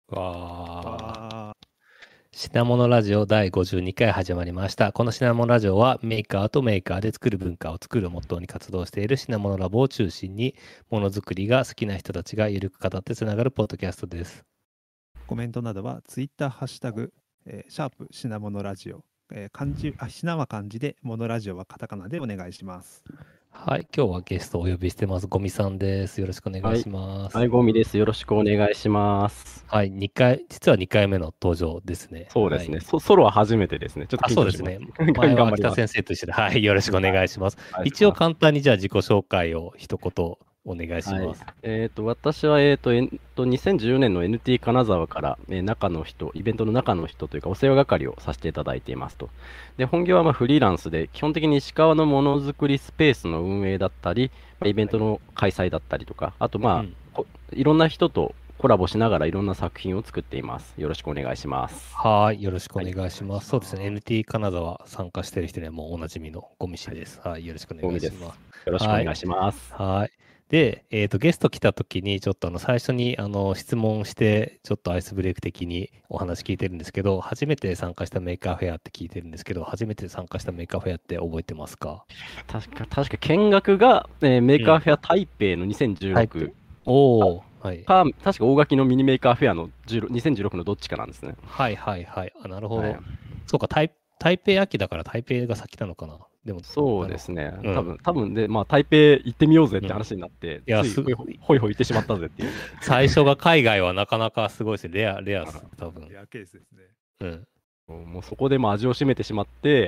わー。 品物ラジオ第52回始まりました。この品物ラジオはメーカーとメーカーで作る文化を作るをモットーに活動している品物ラボを中心に、ものづくりが好きな人たちがゆるく語ってつながるポッドキャストです。 コメントなどはツイッターハッシュタグ、シャープ品物ラジオ、品は漢字で、モノラジオはカタカナでお願いします。 はい、今日はゲストをお呼びしてます。ゴミさんです。よろしくお願いします。 はい、ゴミです。よろしくお願いします。 はい、実は2回目の登場ですね。 そうですね。 はい、 ソロは初めてですね。ちょっと緊張します。 そうですね。前は北先生と一緒で、はい、よろしくお願いします。 はい、 一応簡単にじゃあ自己紹介を一言お願いします。 はい、私は、2014年の NT 金沢から、中の人、イベントの中の人というか、お世話係をさせていただいていますと。で、本業はフリーランスで、基本的に石川のものづくりスペースの運営だったり、イベントの開催だったりとか、あと、いろんな人とコラボしながらいろんな作品を作っています。よろしくお願いします。 はい、よろしくお願いします。そうですね、NT 金沢参加している人にはもうおなじみのゴミ氏です。はい、よろしくお願いします。 よろしくお願いします。 はい。で、ゲスト来た時に、ちょっと最初に質問して、ちょっとアイスブレイク的にお話聞いてるんですけど、初めて参加したメーカーフェアって聞いてるんですけど、初めて参加したメーカーフェアって覚えてますか？ 確か見学が、メーカーフェア台北の2016、 おー、はい。 確か大垣のミニメーカーフェアの2016のどっちかなんですね。 はいはいはい。あ、なるほど。そうか、台北秋だから台北が先なのかな。でもそうですね。多分で、台北行ってみようぜって話になって、 いや、 ほいほい行ってしまったぜっていう。 最初が海外はなかなかすごいですね。レア多分。 レアケースですね。 もうそこで味を占めてしまって、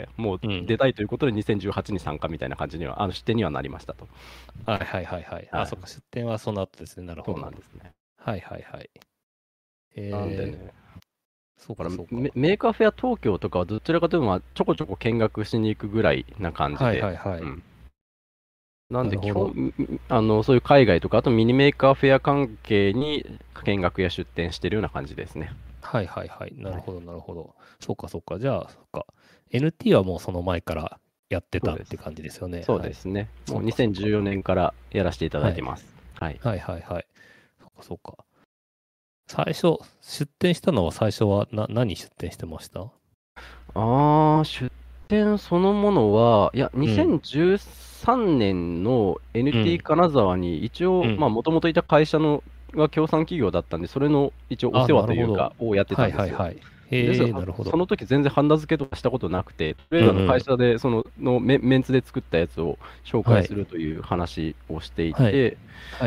もう出たいということで2018に参加みたいな感じには、出展にはなりましたと。 はいはいはいはい。あ、そっか、出展はその後ですね。なるほど。 そうなんですね。 はいはいはい。 なんでね。 そうかそうか。 メーカーフェア東京とかはどちらかというと、ちょこちょこ見学しに行くぐらいな感じで。 はいはいはい。 なんで基本、そういう海外とか、あとミニメーカーフェア関係に見学や出展してるような感じですね。 はいはいはい。なるほどなるほど。そうかそうか。じゃあ、そうか。NT はもうその前からやってたって感じですよね。 そうですね。もう2014年からやらせていただいてます。 はいはいはいはい。そうかそうか。最初、出展したのは最初は何出展してました？ 出展そのものは、いや、2013年の NT 金沢に一応、もともといた会社が協賛企業だったんで、それの一応お世話というか、をやってたんですよ。 はいはいはい。なるほど。 その時全然ハンダ付けとかしたことなくて、とりあえず会社でメンツで作ったやつを紹介するという話をしていて、で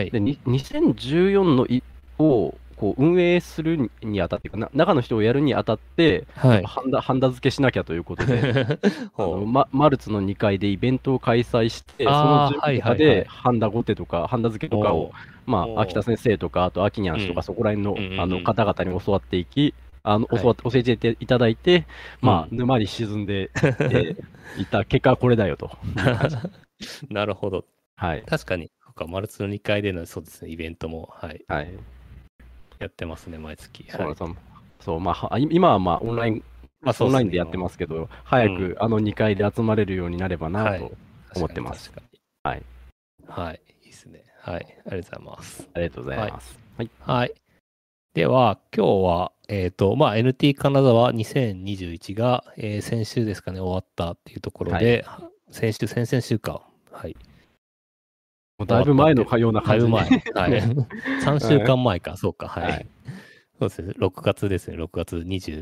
2014のをこう運営するにあたって中の人をやるにあたって、ハンダ付けしなきゃということで、マルツの2階でイベントを開催して、その準備とかでハンダゴテとか、ハンダ付けとかを、秋田先生とか、あと秋ニャン氏とか、そこら辺の方々に教わっていき、教えていただいて、沼に沈んでいた結果はこれだよと。 なるほど。 はい。 確かに、マルツの2階でのそうですね、イベントも、やってますね、毎月。 そう、今はオンラインでやってますけど、早く2階で集まれるようになればなと思ってます。 はい。はい、いいですね。はい、ありがとうございます。 ありがとうございます。 はい。では、今日は、NT 金沢2021が、先週ですかね、終わったっていうところで、先々週か。はい。 だいぶ前のような感じで。 だいぶ前。はい。3週間前か、そうか、はい。そうですね、6月ですね、6月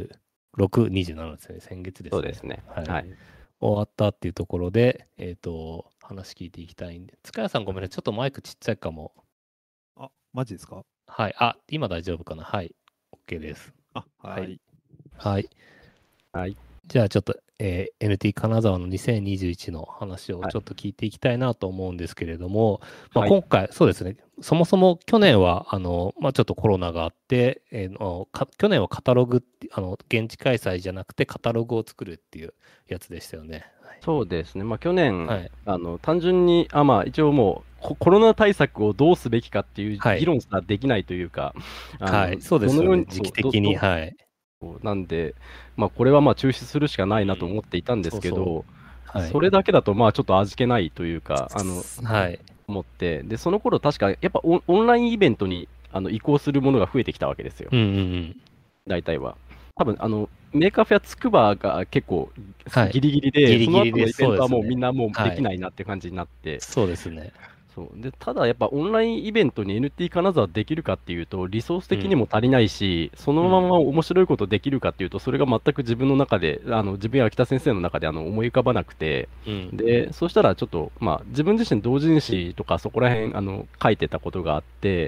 26、27ですね、先月ですね。 そうですね。はい。 終わったっていうところで、話聞いていきたいんで。塚谷さんごめんね、ちょっとマイクちっちゃいかも。 あ、マジですか？ はい。今大丈夫かな？はい。OK です。 はい。 はい。 はい。 じゃあちょっと、NT 金沢の2021の話をちょっと聞いていきたいなと思うんですけれども、今回、そうですね、そもそも去年は、ちょっとコロナがあって、去年はカタログ、現地開催じゃなくてカタログを作るっていうやつでしたよね。 そうですね、去年、単純に、一応もうコロナ対策をどうすべきかっていう議論すらできないというか、 そうですよね、時期的に。 なんで、これは中止するしかないなと思っていたんですけど、それだけだとちょっと味気ないというか、思って、で、その頃確か、やっぱオンラインイベントに移行するものが増えてきたわけですよ。 うんうんうん。 大体は。多分メーカーフェアつくばが結構ギリギリで、 ギリギリその後のイベントはそうですねもうみんなもうできないなって感じになって、 そうですね。 そうでただやっぱオンラインイベントに NT 金沢できるかっていうと、リソース的にも足りないし、そのまま面白いことできるかっていうと、それが全く自分の中で、自分や秋田先生の中で思い浮かばなくて、で、そうしたらちょっと、自分自身同人誌とかそこら辺書いてたことがあって、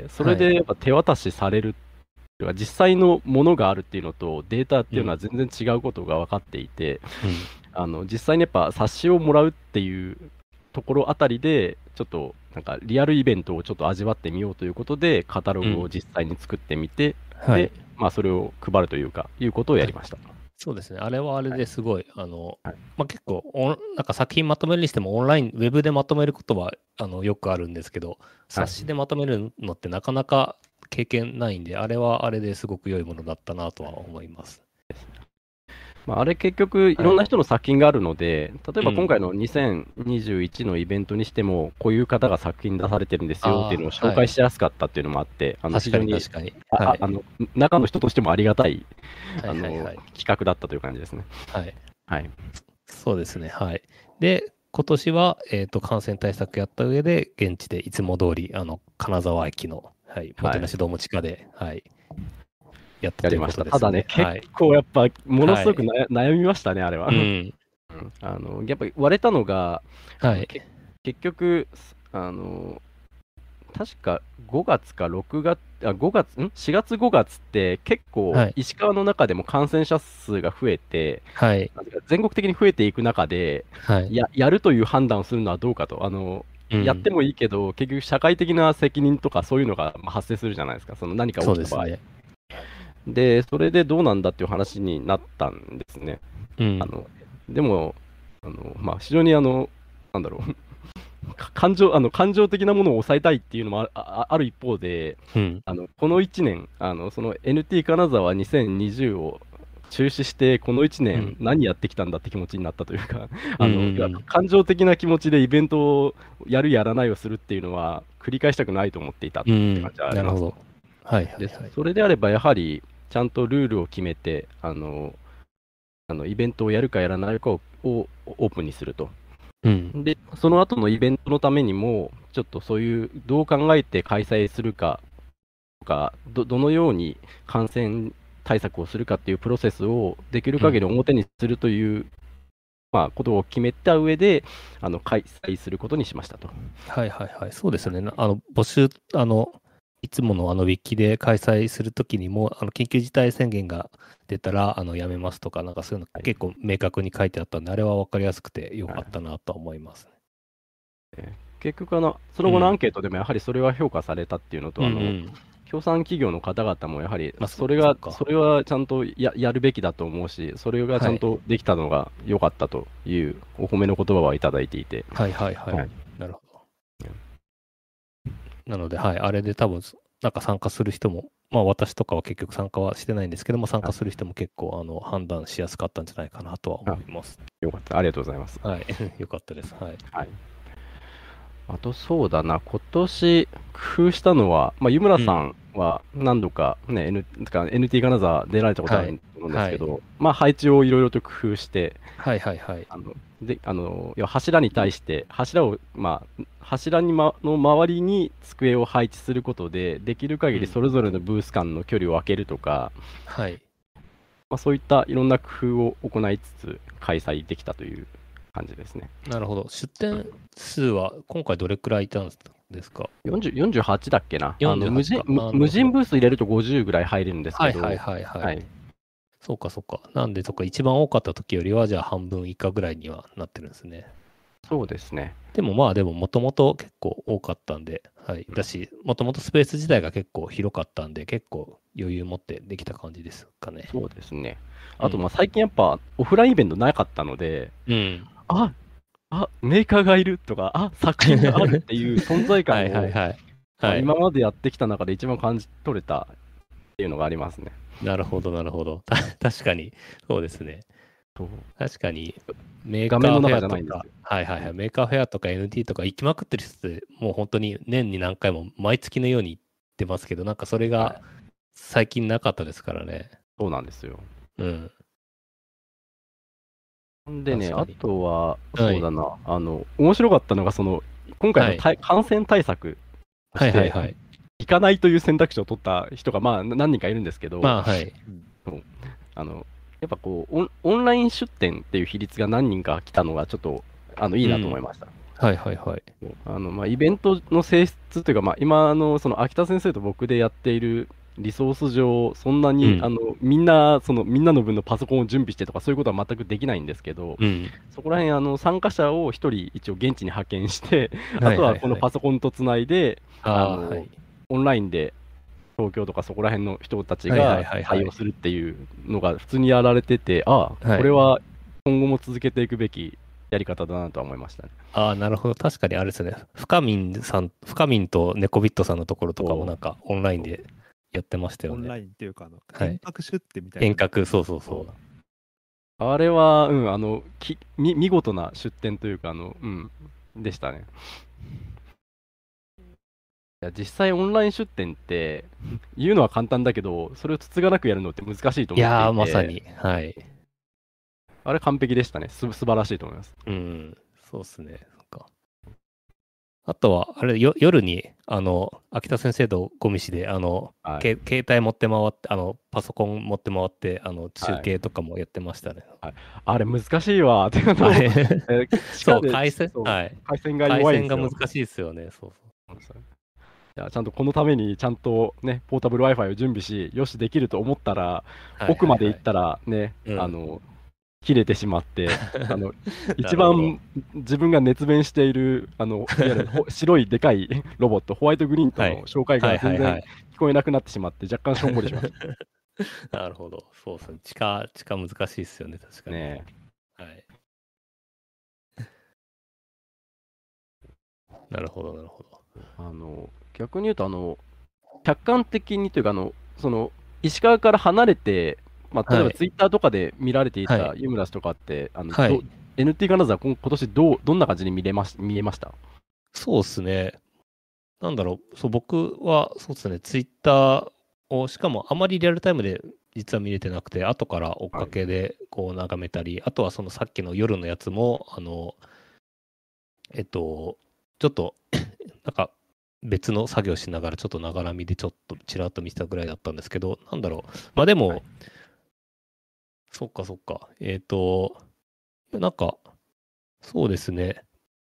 それでやっぱ手渡しされる、実際のものがあるっていうのとデータっていうのは全然違うことが分かっていて、実際にやっぱ冊子をもらうっていうところあたりで、ちょっとなんかリアルイベントをちょっと味わってみようということで、カタログを実際に作ってみて、で、それを配るというか、いうことをやりました。 そうですね。あれはあれですごい、結構なんか作品まとめるにしても、オンライン、ウェブでまとめることはよくあるんですけど、冊子でまとめるのってなかなか経験ないんで、あれはあれですごく良いものだったなとは思います。 あれ結局いろんな人の作品があるので、例えば今回の2021のイベントにしても、こういう方が作品出されてるんですよっていうのを紹介しやすかったっていうのもあって、 確かに確かに。 中の人としてもありがたい企画だったという感じですね。 はい。そうですね。はい。で、今年は、感染対策やった上で、現地でいつも通り、金沢駅の、もてなしドーム地下で、やったということですね。 ただね、結構やっぱ、ものすごく悩みましたね、あれは。やっぱり割れたのが、結局、確か5月か6月、4月5月って結構、石川の中でも感染者数が増えて、全国的に増えていく中で、やるという判断をするのはどうかと。やってもいいけど、結局社会的な責任とかそういうのが発生するじゃないですか、その何か起きた場合。で、それでどうなんだっていう話になったんですね。でも、非常になんだろう感情的なものを抑えたいっていうのもある一方で、この1年、その NT 金沢2020を中止して、この1年、何やってきたんだって気持ちになったというか、感情的な気持ちでイベントをやる、やらないをするっていうのは、繰り返したくないと思っていたっていう感じはあります。でそれであれば、やはり、ちゃんとルールを決めて、イベントをやるかやらないかをオープンにすると。で、その後のイベントのためにも、ちょっとそういう、どう考えて開催するかとか、どのように感染対策をするかっていうプロセスをできる限り表にするという、ことを決めた上で、開催することにしましたと。 そうですね。募集、いつものウィキで開催するときにも、緊急事態宣言が出たら、やめますとか、なんかそういうの結構明確に書いてあったんで、あれは分かりやすくてよかったなと思います。 結局その後のアンケートでもやはりそれは評価されたっていうのと、協賛企業の方々もやはり、それはちゃんとやるべきだと思うし、それがちゃんとできたのが良かったというお褒めの言葉はいただいていて。 なるほど。なので、あれで多分、なんか参加する人も、私とかは結局参加はしてないんですけども、参加する人も結構判断しやすかったんじゃないかなとは思います。 よかった。ありがとうございます。 よかったです。 あとそうだな、今年工夫したのは、湯村さんは何度かね、NT 金沢出られたことあると思うんですけど、配置をいろいろと工夫して、柱に対して、柱の周りに机を配置することで、できる限りそれぞれのブース間の距離を空けるとか、そういったいろんな工夫を行いつつ、開催できたという感じですね。 なるほど。出店数は今回どれくらいいたんですか ？48だっけな。無人ブース入れると50ぐらい入れるんですけど。 そうか。なんで、一番多かった時よりは、じゃあ半分以下ぐらいにはなってるんですね。 そうですね。 でももともと結構多かったんで、だし、もともとスペース自体が結構広かったんで、結構余裕持ってできた感じですかね。 そうですね。あと、最近やっぱオフラインイベントなかったので、メーカーがいるとか、作品があるっていう存在感を今までやってきた中で一番感じ取れたっていうのがありますね。 なるほど。確かに、そうですね。確かに、メーカーフェアとか、メーカーフェアとか NT とか行きまくってる人って、もう本当に年に何回も毎月のようにてますけど、なんかそれが最近なかったですからね。 そうなんですよ。 うん。 でね、あとは、そうだな、面白かったのが、今回の感染対策として、行かないという選択肢を取った人が、まあ、何人かいるんですけど、 まあ、はい。 やっぱこう、オンライン出店っていう比率が何人か来たのが、ちょっと、いいなと思いました。 はいはいはい。 まあ、イベントの性質というか、まあ、今秋田先生と僕でやっているリソース上、そんなに、みんなの分のパソコンを準備してとか、そういうことは全くできないんですけど、そこら辺、参加者を1人一応現地に派遣して、あとはこのパソコンとつないで、オンラインで東京とかそこら辺の人たちが対応するっていうのが普通にやられてて、これは今後も続けていくべきやり方だなとは思いましたね。 なるほど。確かにあれですね。深民とネコビットさんのところとかもなんかオンラインでやってましたよね。 オンラインっていうか、遠隔出店みたいな。 遠隔、そうそうそう。 あれは、見事な出店というか、でしたね。いや、実際オンライン出店って言うのは簡単だけど、それをつつがなくやるのって難しいと思っていて。いやー、まさに。はい。 あれ完璧でしたね。素晴らしいと思います。 そうっすね。あとは、あれ、夜に、秋田先生とゴミ氏で、携帯持って回って、パソコン持って回って、中継とかもやってましたね。 あれ、難しいわ。 そう、回線が弱いんですよ。 回線が難しいですよね。そう。 いや、ちゃんとこのために、ちゃんとね、ポータブル Wi-Fi を準備し、よし、できると思ったら、奥まで行ったら、ね、切れてしまって、一番自分が熱弁している、いわゆる白いでかいロボット、ホワイトグリーンとの紹介が全然聞こえなくなってしまって、若干しょんぼりしました。 なるほど。そうですね。地下難しいですよね、確かに。 ね。 はい。なるほど、なるほど。 逆に言うと、客観的にというか、石川から離れて、まあ、例えばツイッターとかで見られていたユムラスとかって、NT 金沢、今年どんな感じに見えましたそうですね。なんだろう、僕は、そうですね、ツイッターを、しかもあまりリアルタイムで実は見れてなくて、後から追っかけでこう眺めたり、あとはさっきの夜のやつも、ちょっと、なんか、別の作業しながら、ちょっとながら見でちょっとちらっと見てたぐらいだったんですけど、なんだろう、まあでも、そっか。なんか、そうですね。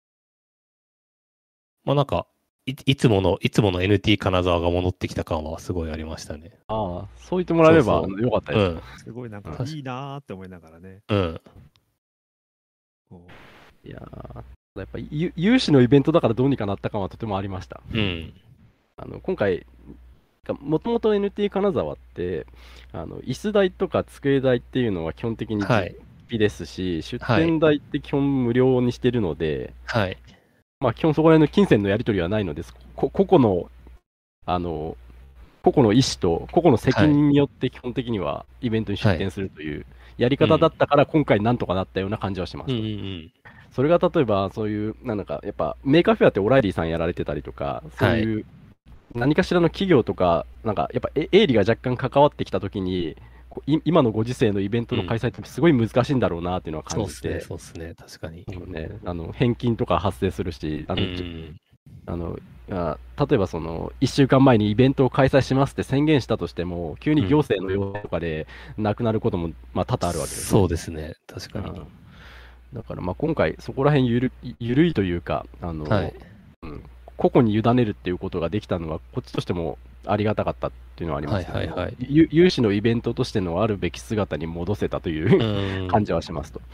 まあなんか、いつもの NT 金沢が戻ってきた感はすごいありましたね。 そう言ってもらえればよかったです。 すごいなんかいいなーって思いながらね。 いややっぱ有志のイベントだからどうにかなった感はとてもありました。今回、もともと NT 金沢って、椅子代とか机代っていうのは基本的に実費ですし、出店代って基本無料にしてるので、まあ基本そこら辺の金銭のやり取りはないのです。個々の意思と個々の責任によって基本的にはイベントに出店するというやり方だったから、今回なんとかなったような感じはします。それが例えばそういうなんかやっぱメーカーフェアってオライリーさんやられてたりとか、そういう何かしらの企業とかなんかやっぱ営利が若干関わってきたときに、今のご時世のイベントの開催ってすごい難しいんだろうなっていうのは感じて、 そうですね、確かに。 返金とか発生するし、例えば1週間前にイベントを開催しますって宣言したとしても、急に行政の要請とかでなくなることもまあ多々あるわけです。 そうですね、確かに。 だからまあ今回そこら辺ゆるいというか、個々に委ねるっていうことができたのはこっちとしてもありがたかったっていうのはありますね。有志のイベントとしてのあるべき姿に戻せたという感じはしますと。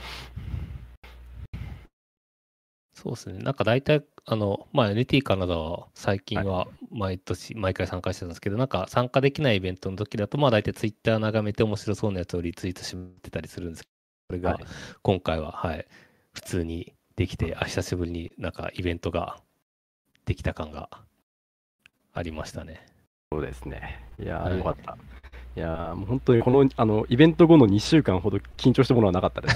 そうですね。なんか大体、NT 金沢は最近は毎回参加してたんですけど、なんか参加できないイベントの時だと、まあ大体ツイッター眺めて面白そうなやつをリツイートしてたりするんですけど、これが今回は、普通にできて、久しぶりになんかイベントができた感がありましたね。 そうですね。いやー、よかった。いやー、もう本当にこのイベント後の2週間ほど緊張したものはなかったです。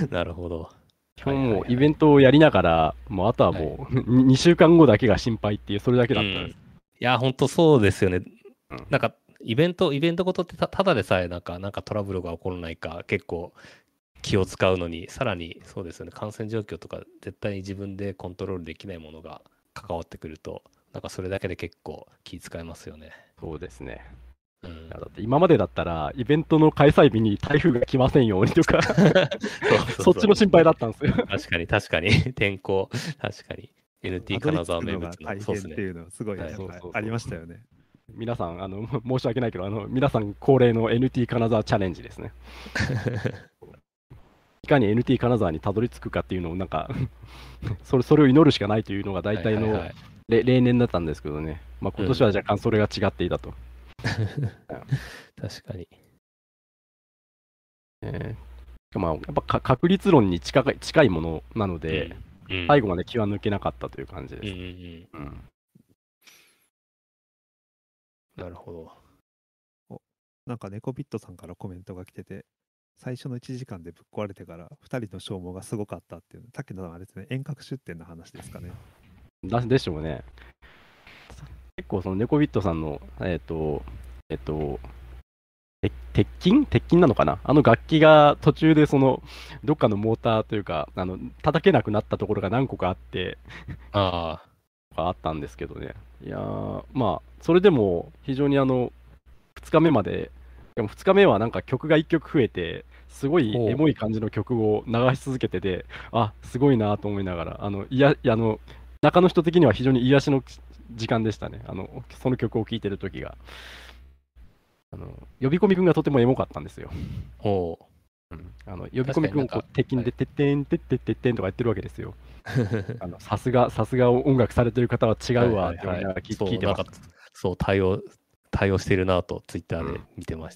なるほど。 基本もうイベントをやりながら、もうあとはもう2週間後だけが心配っていう、それだけだったんです。 や、本当そうですよね。 うん、 なんか、イベントごとってただでさえなんかトラブルが起こらないか結構気を使うのに、さらにそうですよね、感染状況とか絶対に自分でコントロールできないものが関わってくると、なんかそれだけで結構気遣いますよね。 そうですね。 うん、 だって今までだったら、イベントの開催日に台風が来ませんようにとかそっちの心配だったんですよ。 確かに天候、確かに NT 金沢名物の大変っていうのはすごいなんかありましたよね。 皆さん申し訳ないけど皆さん恒例の NT 金沢チャレンジですね。いかに NT 金沢にたどり着くかっていうのをなんかそれを祈るしかないというのが大体の例年だったんですけどね、まあ、今年は若干それが違っていたと。 確かに。 まあ、やっぱ確率論に近いものなので、最後まで気は抜けなかったという感じです。 なるほど。なんかネコビットさんからコメントが来てて、最初の1時間でぶっ壊れてから2人の消耗がすごかったっていう、さっきのあれですね、遠隔出店の話ですかね。 でしょうね。結構そのネコビットさんの鉄筋なのかな、楽器が途中でどっかのモーターというか叩けなくなったところが何個かあってあったんですけどね。いやまあそれでも非常に2日目まで、でも2日目はなんか曲が1曲増えてすごいエモい感じの曲を流し続けてて、すごいなと思いながら中の人的には非常に癒しの時間でしたね。その曲を聴いてる時が。呼び込み君がとてもエモかったんですよ。呼び込み君を鉄筋でてってんてってってってんとかやってるわけですよ。さすが音楽されてる方は違うわって聞いてました。 そう、対応してるなとツイッターで見てました。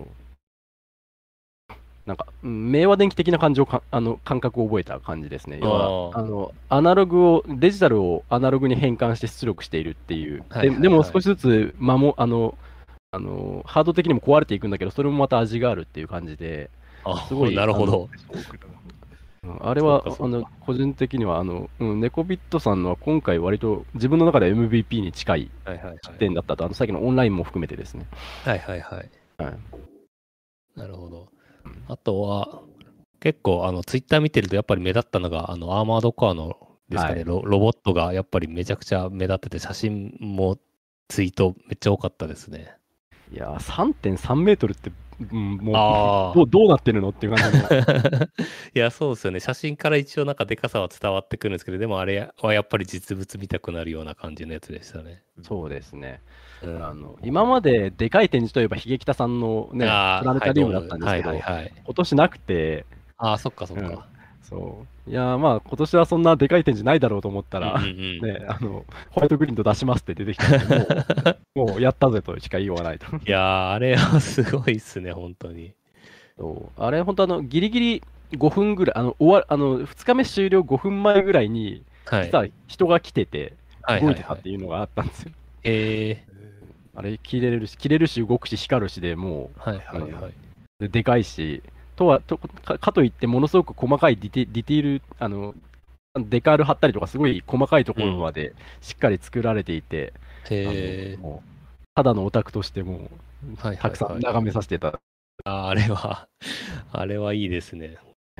なんか明和電機的な感覚を覚えた感じですね。要はアナログをデジタルをアナログに変換して出力しているっていう。でも少しずつハード的にも壊れていくんだけど、それもまた味があるっていう感じで、 すごいなるほど。 あれは個人的にはネコビットさんのは今回割と自分の中で MVP に近い出展だったと、さっきのオンラインも含めてですね。 なるほど。あとは結構ツイッター見てるとやっぱり目立ったのがアーマードコアのですかね、ロボットがやっぱりめちゃくちゃ目立ってて、写真もツイートめっちゃ多かったですね。 いやー、3.3 メートルって、もうどうなってるのっていう感じいや、そうですよね。写真から一応なんかでかさは伝わってくるんですけど、でもあれはやっぱり実物見たくなるような感じのやつでしたね。 そうですね。今まででかい展示といえば、秀北さんのね、プラネタリウムだったんですけど、今年なくて、 そっか。 いやまあ今年はそんなでかい展示ないだろうと思ったら、ホワイトグリーンと出しますって出てきたんで、もうやったぜとしか言いようがないと。 いやあれはすごいっすね、本当に。 あれ、本当ギリギリ5分ぐらい、2日目終了5分前ぐらいに、実は人が来てて、動いてたっていうのがあったんですよ。あれ、切れるし、動くし、光るしでもう、でかいし、かといってものすごく細かいディティールデカール貼ったりとかすごい細かいところまでしっかり作られていて、もうただのオタクとしてもたくさん眺めさせてた。 あれはいいですね。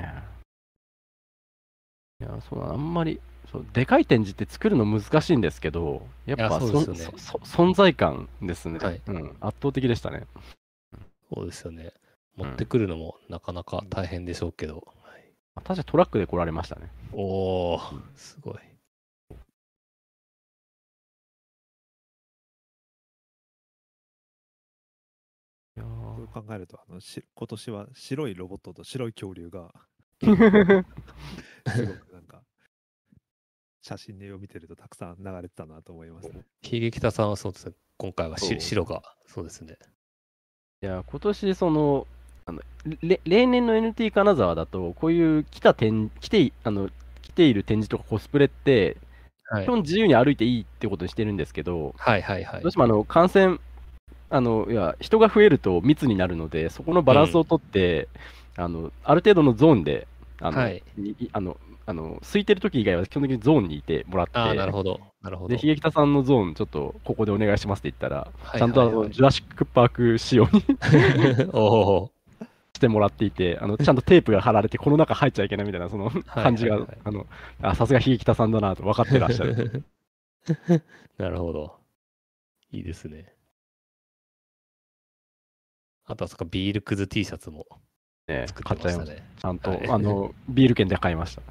いやあんまりでかい展示って作るの難しいんですけど、やっぱ存在感ですね、圧倒的でしたね。 そうですよね。持ってくるのもなかなか大変でしょうけど。 確かトラックで来られましたね。 おー、すごい。 そう考えると今年は白いロボットと白い恐竜がすごくなんか写真で見てるとたくさん流れてたなと思いますね。 秀北さんはそうですね。今回は白がそうですね。 いや今年例年の NT 金沢だとこういう来ている展示とかコスプレって基本自由に歩いていいってことにしてるんですけど、どうしても感染いや人が増えると密になるので、そこのバランスをとって、ある程度のゾーンではい。 空いてる時以外は基本的にゾーンにいてもらって、 なるほど。なるほど。 で、秀北さんのゾーン、ちょっとここでお願いしますって言ったら、 はいちゃんとジュラシックパーク仕様におしてもらっていて、ちゃんとテープが貼られて、この中入っちゃいけないみたいな、その感じが、さすが秀北さんだなと分かってらっしゃる。 なるほど。いいですね。あとはそっか、ビールクズ T シャツも作ってましたね。 ちゃんと、ビール券で買いました。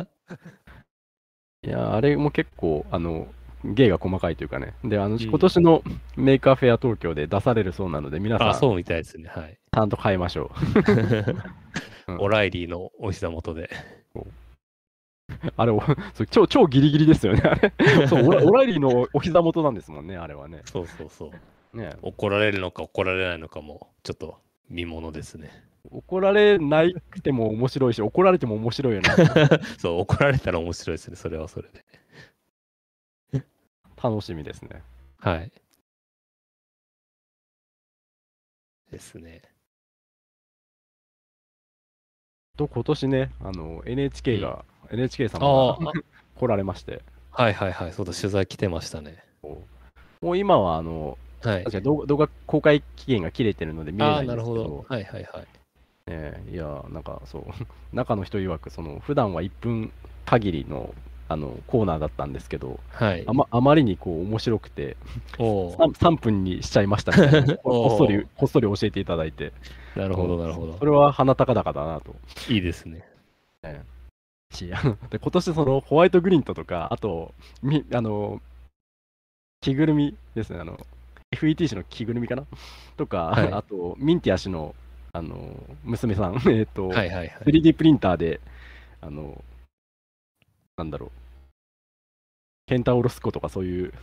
いや、あれも結構、芸が細かいというかね。で、今年のメーカーフェア東京で出されるそうなので、皆さん、 そうみたいですね。はい。 ちゃんと買いましょう。オライリーのお膝元で。 あれ、超ギリギリですよね、あれ。オライリーのお膝元なんですもんね、あれはね。 そう。ね、怒られるのか怒られないのかも、ちょっと見ものですね。 怒られなくても面白いし、怒られても面白いよね。 そう、怒られたら面白いですね、それはそれで。 楽しみですね。 はい。ですね。 今年ね、NHK 様が来られまして。 はい、そうだ、取材来てましたね。 もう今は、確かに動画公開期限が切れてるので見れないんですけど。 なるほど。はい。 いや、なんかそう、中の人曰く、普段は1分限りの、コーナーだったんですけど、 はい、 あまりに面白くて3分にしちゃいましたみたいなこっそり教えていただいて。 なるほど。 それは鼻高々だなと。 いいですね。 で今年ホワイトグリントとか、あと、着ぐるみですね、FET 氏の着ぐるみかなとか、あと、ミンティア氏の、娘さん、3D プリンターで、なんだろう、ケンタウロスコとかそういう、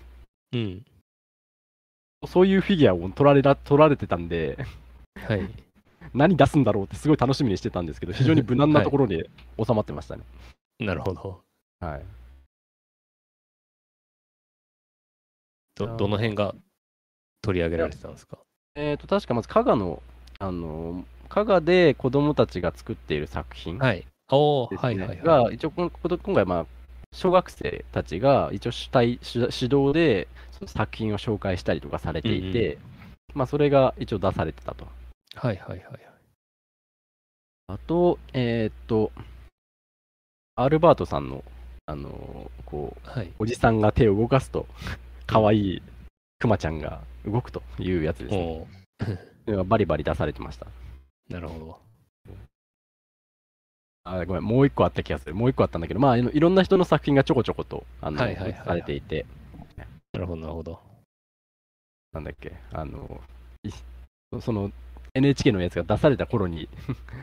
そういうフィギュアを取られてたんで、何出すんだろうってすごい楽しみにしてたんですけど、非常に無難なところで収まってましたね。 なるほど。 はい。 どの辺が取り上げられてたんですか？ 確かまず加賀で子供たちが作っている作品が、一応今回、小学生たちが一応主導でその作品を紹介したりとかされていて、それが一応出されてたと。あと、アルバートさんの、おじさんが手を動かすと、かわいいクマちゃんが動くというやつですね。バリバリ出されてました。 なるほど。 ごめん、もう一個あった気がする。もう一個あったんだけど、いろんな人の作品がちょこちょことされていて。 なるほど。 なんだっけ、NHK のやつが出された頃に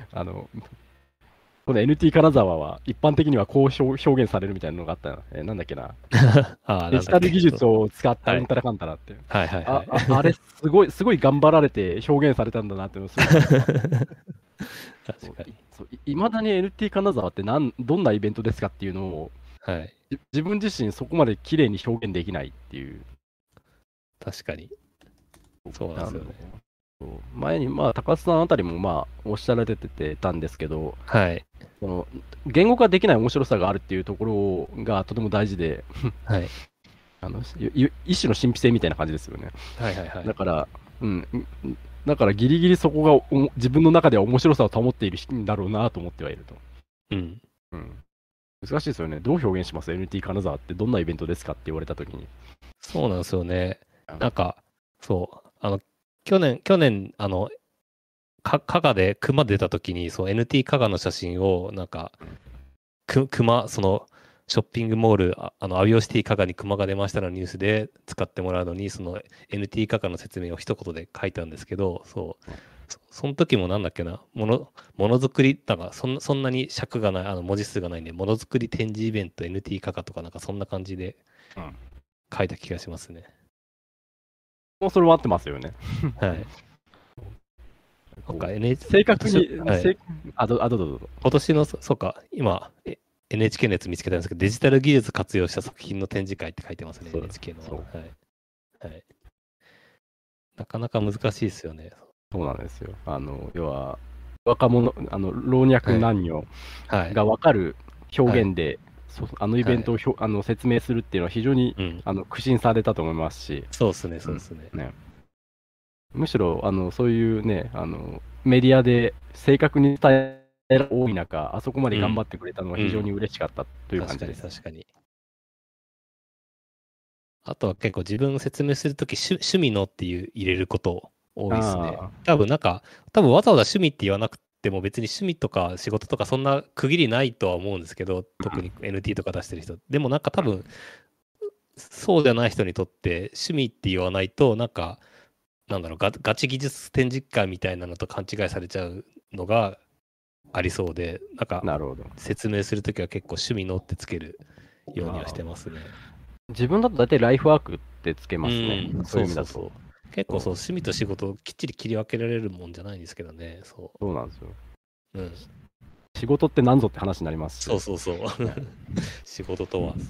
この NT 金沢は一般的にはこう表現されるみたいなのがあったな。なんだっけな。デジタル技術を使ったうんたらかんたらって。あれ、すごい頑張られて表現されたんだなっていうのすごい。確かに。いまだに NT 金沢ってどんなイベントですかっていうのを、自分自身そこまで綺麗に表現できないっていう。 確かに。そうなんですよね。 前に、高津さんあたりもおっしゃられてたんですけど、言語化できない面白さがあるっていうところがとても大事で、一種の神秘性みたいな感じですよね。だからギリギリそこが自分の中では面白さを保っているんだろうなと思ってはいると。難しいですよね。どう表現します ?NT 金沢ってどんなイベントですかって言われたときに。 そうなんですよね。なんか、去年、加賀で熊出たときに、NT 加賀の写真を、なんか、熊、ショッピングモール、アビオシティ加賀に熊が出ましたのニュースで使ってもらうのに、NT 加賀の説明を一言で書いたんですけど、その時もなんだっけな、ものづくり、なんかそんなに尺がない、文字数がないんで、ものづくり展示イベント NT 加賀とか、なんかそんな感じで書いた気がしますね。 もうそれも合ってますよね。正確に、どうぞ。 今年の、今、NHK のやつ見つけたんですけど、デジタル技術活用した作品の展示会って書いてますね、NHK の。なかなか難しいですよね。 そうなんですよ。要は、 若者、老若男女が分かる表現で、あのイベントを説明するっていうのは非常に、苦心されたと思いますし。 そうですね、そうですね。 むしろ、そういうね、メディアで正確に伝える多い中、あそこまで頑張ってくれたのは非常に嬉しかったという感じです。 確かに。あとは結構自分説明するとき、趣味のっていう入れること多いですね。多分わざわざ趣味って言わなくても別に趣味とか仕事とかそんな区切りないとは思うんですけど、特に NT とか出してる人。でも多分、そうじゃない人にとって趣味って言わないと、ガチ技術展示会みたいなのと勘違いされちゃうのがありそうで、 なるほど。 説明するときは結構趣味のってつけるようにはしてますね。 自分だと大体ライフワークってつけますね。 そういう意味だと。結構趣味と仕事をきっちり切り分けられるもんじゃないんですけどね。 そうなんですよ。仕事って何ぞって話になりますし。 そう。仕事とは。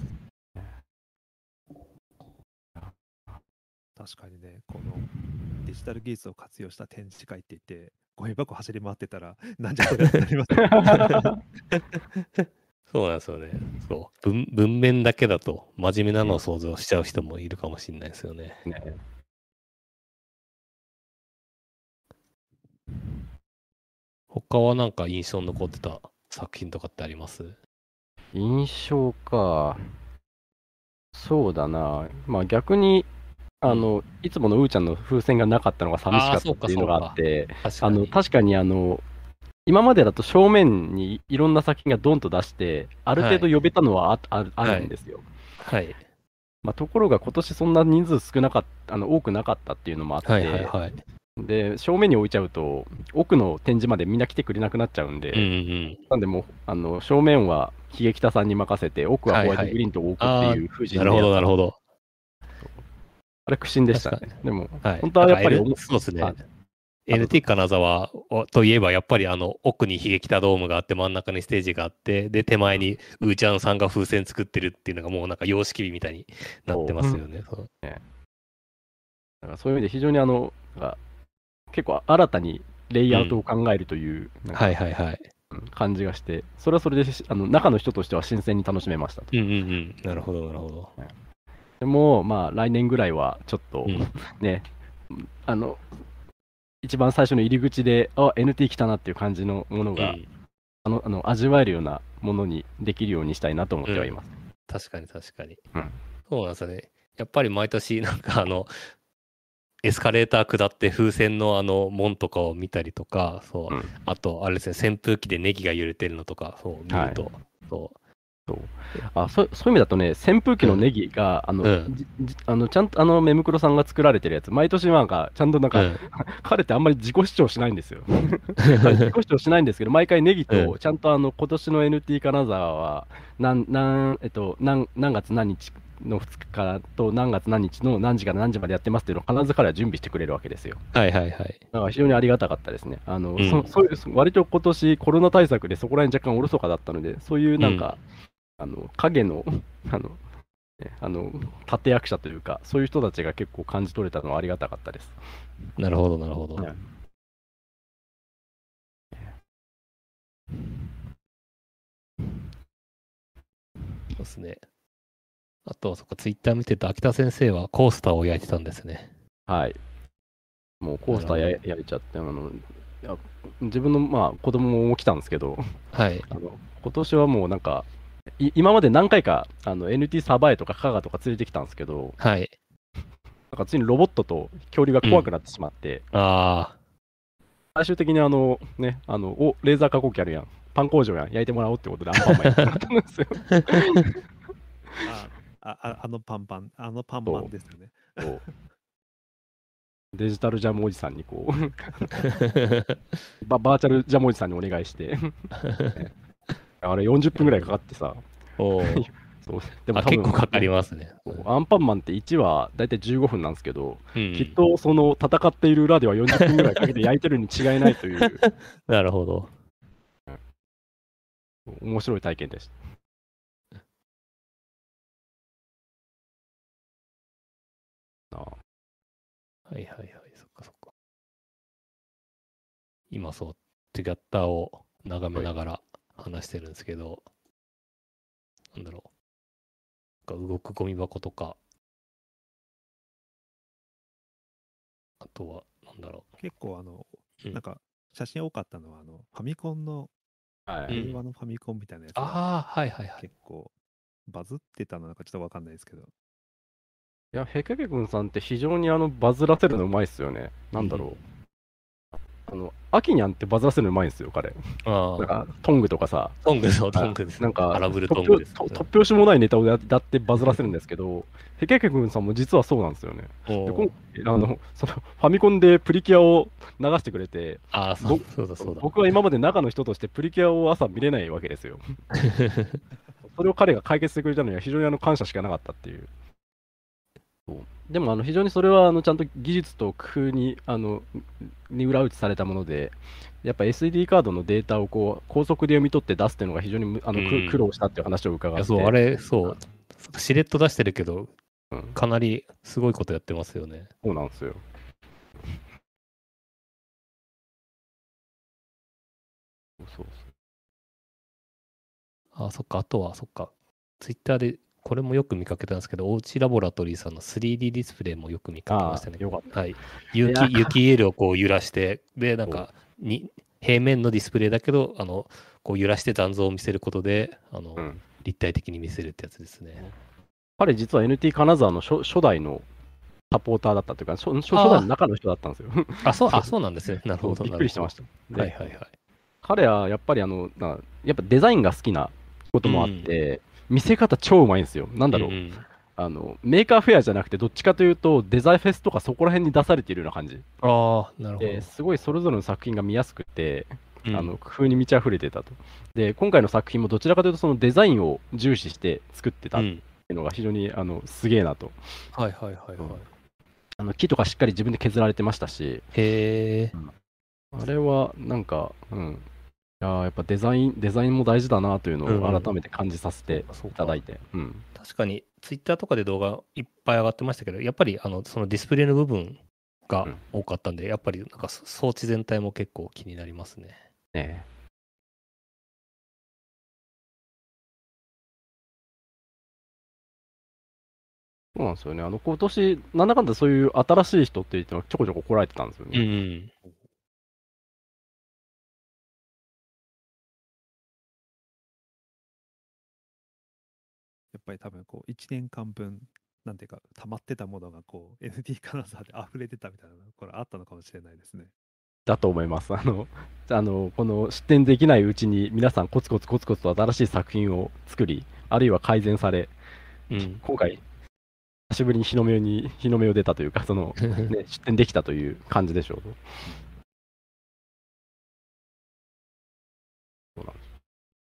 確かにね、このデジタル技術を活用した展示会って言って、ゴミ箱走り回ってたら、なんじゃそれってなりますね。 そうなんですよね。文面だけだと真面目なのを想像しちゃう人もいるかもしれないですよね。他は印象に残ってた作品とかってあります？ 印象か。そうだな。まあ逆に、いつものうーちゃんの風船がなかったのが寂しかったっていうのがあって、確かに今までだと正面にいろんな作品がドンと出して、ある程度呼べたのはあるんですよ。ところが今年そんな人数多くなかったっていうのもあって、で、正面に置いちゃうと、奥の展示までみんな来てくれなくなっちゃうんで、なんでもう、正面はヒゲキタさんに任せて、奥はホワイトグリーンと置くっていう風になるほど。 あれ苦心でしたね。でも、本当はやっぱりそうですね。NT 金沢といえば、やっぱり奥にヒゲキタドームがあって、真ん中にステージがあって、で、手前にうーちゃんさんが風船作ってるっていうのがもう様式美みたいになってますよね。 だからそういう意味で非常に結構新たにレイアウトを考えるという感じがして、それはそれで中の人としては新鮮に楽しめましたと。 なるほど。 でも、まあ、来年ぐらいはちょっとね、一番最初の入り口で、NT 来たなっていう感じのものが、味わえるようなものにできるようにしたいなと思ってはいます。 確かに。そうなんですよね。やっぱり毎年、エスカレーター下って風船の門とかを見たりとか、あと、あれですね、扇風機でネギが揺れてるのとか、見ると、 そういう意味だとね、扇風機のネギが、ちゃんとメムクロさんが作られてるやつ、毎年ちゃんと彼ってあんまり自己主張しないんですよ。自己主張しないんですけど、毎回ネギと、ちゃんと今年の NT 金沢は、何月何日の2日と何月何日の何時から何時までやってますっていうのを必ず彼は準備してくれるわけですよ。だから非常にありがたかったですね。割と今年コロナ対策でそこら辺若干おろそかだったので、そういう影の、立役者というか、そういう人たちが結構感じ取れたのはありがたかったです。 なるほど。そうですね。あとはツイッター見てると、秋田先生はコースターを焼いてたんですね。 はい。もうコースター焼いちゃって、自分の子供も来たんですけど、今年はもう今まで何回かNT サバエとかカガとか連れてきたんですけど、ついにロボットと恐竜が怖くなってしまって、最終的にレーザー加工機あるやん、パン工場やん、焼いてもらおうってことでアンパンマンやってもらったんですよ。 パンパンですよね。 デジタルジャムおじさんにバーチャルジャムおじさんにお願いしてあれ40分ぐらいかかってさ。 でも結構かかりますね。 アンパンマンって1話だいたい15分なんですけど、きっとその戦っている裏では40分ぐらいかけて焼いてるに違いないという。 なるほど。 面白い体験でした。 そっか。今トギャッターを眺めながら話してるんですけど、なんだろう。なんか動くゴミ箱とか、あとは、なんだろ結構うんなんか写真多かったのはファミコンのはい。 令和のファミコンみたいなやつう。 がああ、はいはいはい。 結構バズってたのなんかちょっとわかんないですけど、 いや、ヘケケ君さんって非常にバズらせるのうまいっすよね。なんだろう。アキニャンってバズらせるのうまいんですよ、彼。 ああ、 なんか、トングとかさ、 トングです、トングです。 なんか、 荒ぶるトングです。 突拍子もないネタをやってバズらせるんですけど、ヘケケ君さんも実はそうなんですよね。でお今ー回そのファミコンでプリキュアを流してくれて、 ああ、そうだそうだ。 僕は今まで中の人としてプリキュアを朝見れないわけですよ。それを彼が解決してくれたのには非常に感謝しかなかったっていう。でも非常にそれはちゃんと技術と工夫に裏打ちされたもので、やっぱ SD カードのデータをこう高速で読み取って出すっていうのが非常に苦労したっていう話を伺って。 そう、あれ、そう、しれっと出してるけど、 うん、 かなりすごいことやってますよね。 そうなんですよ。そうあ、そっか、あとは、そっか、ツイッターで、これもよく見かけたんですけど、おうちラボラトリーさんの 3D ディスプレイもよく見かけましたね。 よかった。 はい。有機 EL をこう揺らして、で、なんか、平面のディスプレイだけど、こう揺らして残像を見せることで、立体的に見せるってやつですね。 彼、実は NT 金沢の初代のサポーターだったというか、初代の中の人だったんですよ。 そうなんですね。なるほど。 びっくりしてました。 はいはいはい。 彼はやっぱりやっぱデザインが好きなこともあって、見せ方超うまいんですよ。なんだろう。メーカーフェアじゃなくて、どっちかというと、デザインフェスとかそこら辺に出されているような感じ。 ああ、なるほど。 すごいそれぞれの作品が見やすくて、工夫に満ち溢れてたと。で、今回の作品もどちらかというと、そのデザインを重視して作ってたっていうのが非常にすげえなと。 はいはいはいはい。 木とかしっかり自分で削られてましたし、 へえ。 あれはなんか、やっぱデザインも大事だなというのを改めて感じさせていただいて。 確かに、ツイッターとかで動画いっぱい上がってましたけど、やっぱりそのディスプレイの部分が多かったんで、やっぱりなんか装置全体も結構気になりますね。 そうなんですよね。今年、なんだかんだそういう新しい人って言ってもちょこちょこ来られてたんですよね。 やっぱり多分こう1年間分なんていうか溜まってたものがこう NT 金沢で溢れてたみたいなこれあったのかもしれないですね。 だと思います。この出展できないうちに皆さんコツコツコツコツと新しい作品を作り、あるいは改善され、今回久しぶりに日の目を出たというか、ね、出展できたという感じでしょう。そうなんです。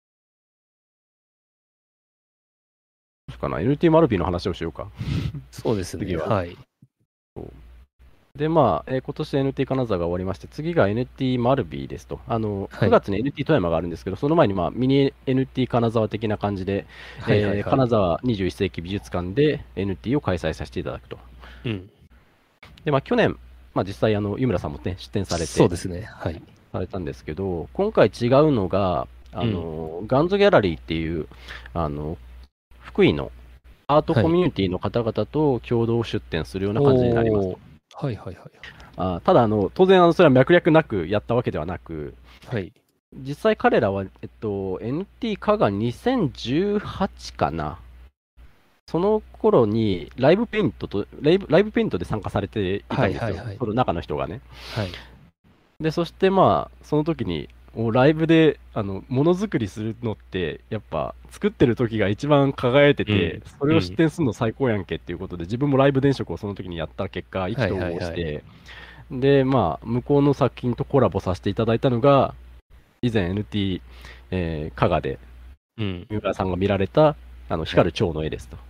かな、NT マルビーの話をしようか。 そうですね。はい。 で、今年 NT 金沢が終わりまして、次が NT マルビーですと。9月に NT 富山があるんですけど、その前にミニ NT 金沢的な感じで、金沢21世紀美術館で NT を開催させていただくと。で、去年、実際、湯村さんもね、出展されて、 そうですね。はい。 されたんですけど、今回違うのが、ガンズギャラリーっていう、福井のアートコミュニティの方々と共同出展するような感じになります。 はいはいはい。 ただ当然それは脈略なくやったわけではなく、実際彼らは、NT 加賀2018かな。その頃にライブペイントで参加されていたんですよ。その中の人がね。で、そしてその時に、ライブでものづくりするのってやっぱ作ってる時が一番輝いてて、それを出展するの最高やんけっていうことで、自分もライブ電飾をその時にやった結果意気投合して、で向こうの作品とコラボさせていただいたのが以前 NT、加賀で三浦さんが見られた光る蝶の絵ですと。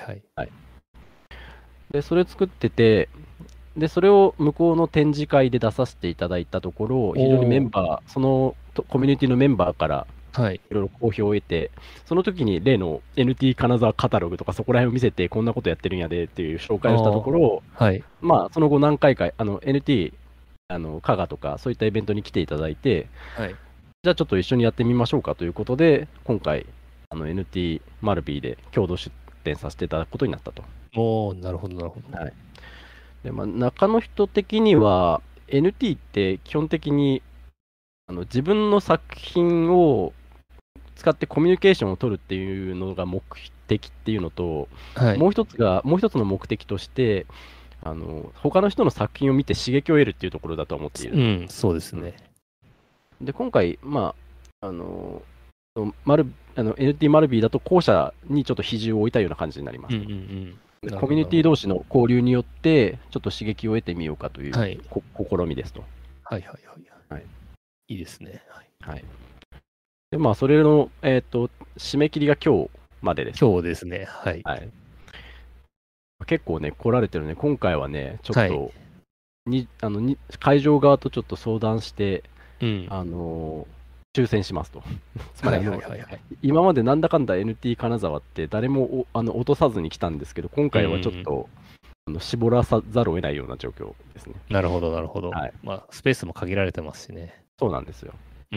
でそれ作ってて、でそれを向こうの展示会で出させていただいたところ、非常にそのコミュニティのメンバーからいろいろ好評を得て、その時に例の NT 金沢カタログとかそこら辺を見せて、こんなことやってるんやでっていう紹介をしたところ、その後何回かNT 加賀とか、そういったイベントに来ていただいて、 はい。 じゃあちょっと一緒にやってみましょうかということで、今回、NT マルビーで共同出展させていただくことになったと。 おー、なるほど、なるほど。 はい。で、中の人的には、NT って基本的に、自分の作品を使ってコミュニケーションを取るっていうのが目的っていうのと、 はい。 もう一つの目的として、他の人の作品を見て刺激を得るっていうところだと思っている。 うん、そうですね。 で、今回、NT マルビーだと後者にちょっと比重を置いたような感じになります。 うんうんうん。 でコミュニティ同士の交流によって、ちょっと刺激を得てみようかという、 はい、 試みですと。 はいはいはい。はい、いいですね。 はい。で、それの、締め切りが今日までです。 今日ですね。はい。 はい、結構ね、来られてるね。今回はね、ちょっと、会場側とちょっと相談して、抽選しますと。つまり今までなんだかんだ NT 金沢って誰も落とさずに来たんですけど、今回はちょっと、絞らざるを得ないような状況ですね。 なるほど、なるほど。はい、スペースも限られてますしね。 そうなんですよ。 うん。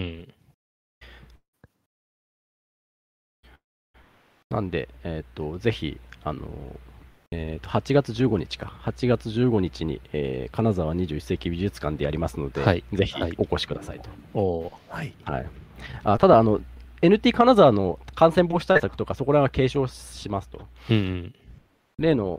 なんで、ぜひ、8月15日か。8月15日に、金沢21世紀美術館でやりますので、はい、ぜひお越しくださいと。 はい。 はい。ただ、NT 金沢の感染防止対策とか、そこらは継承しますと。例の、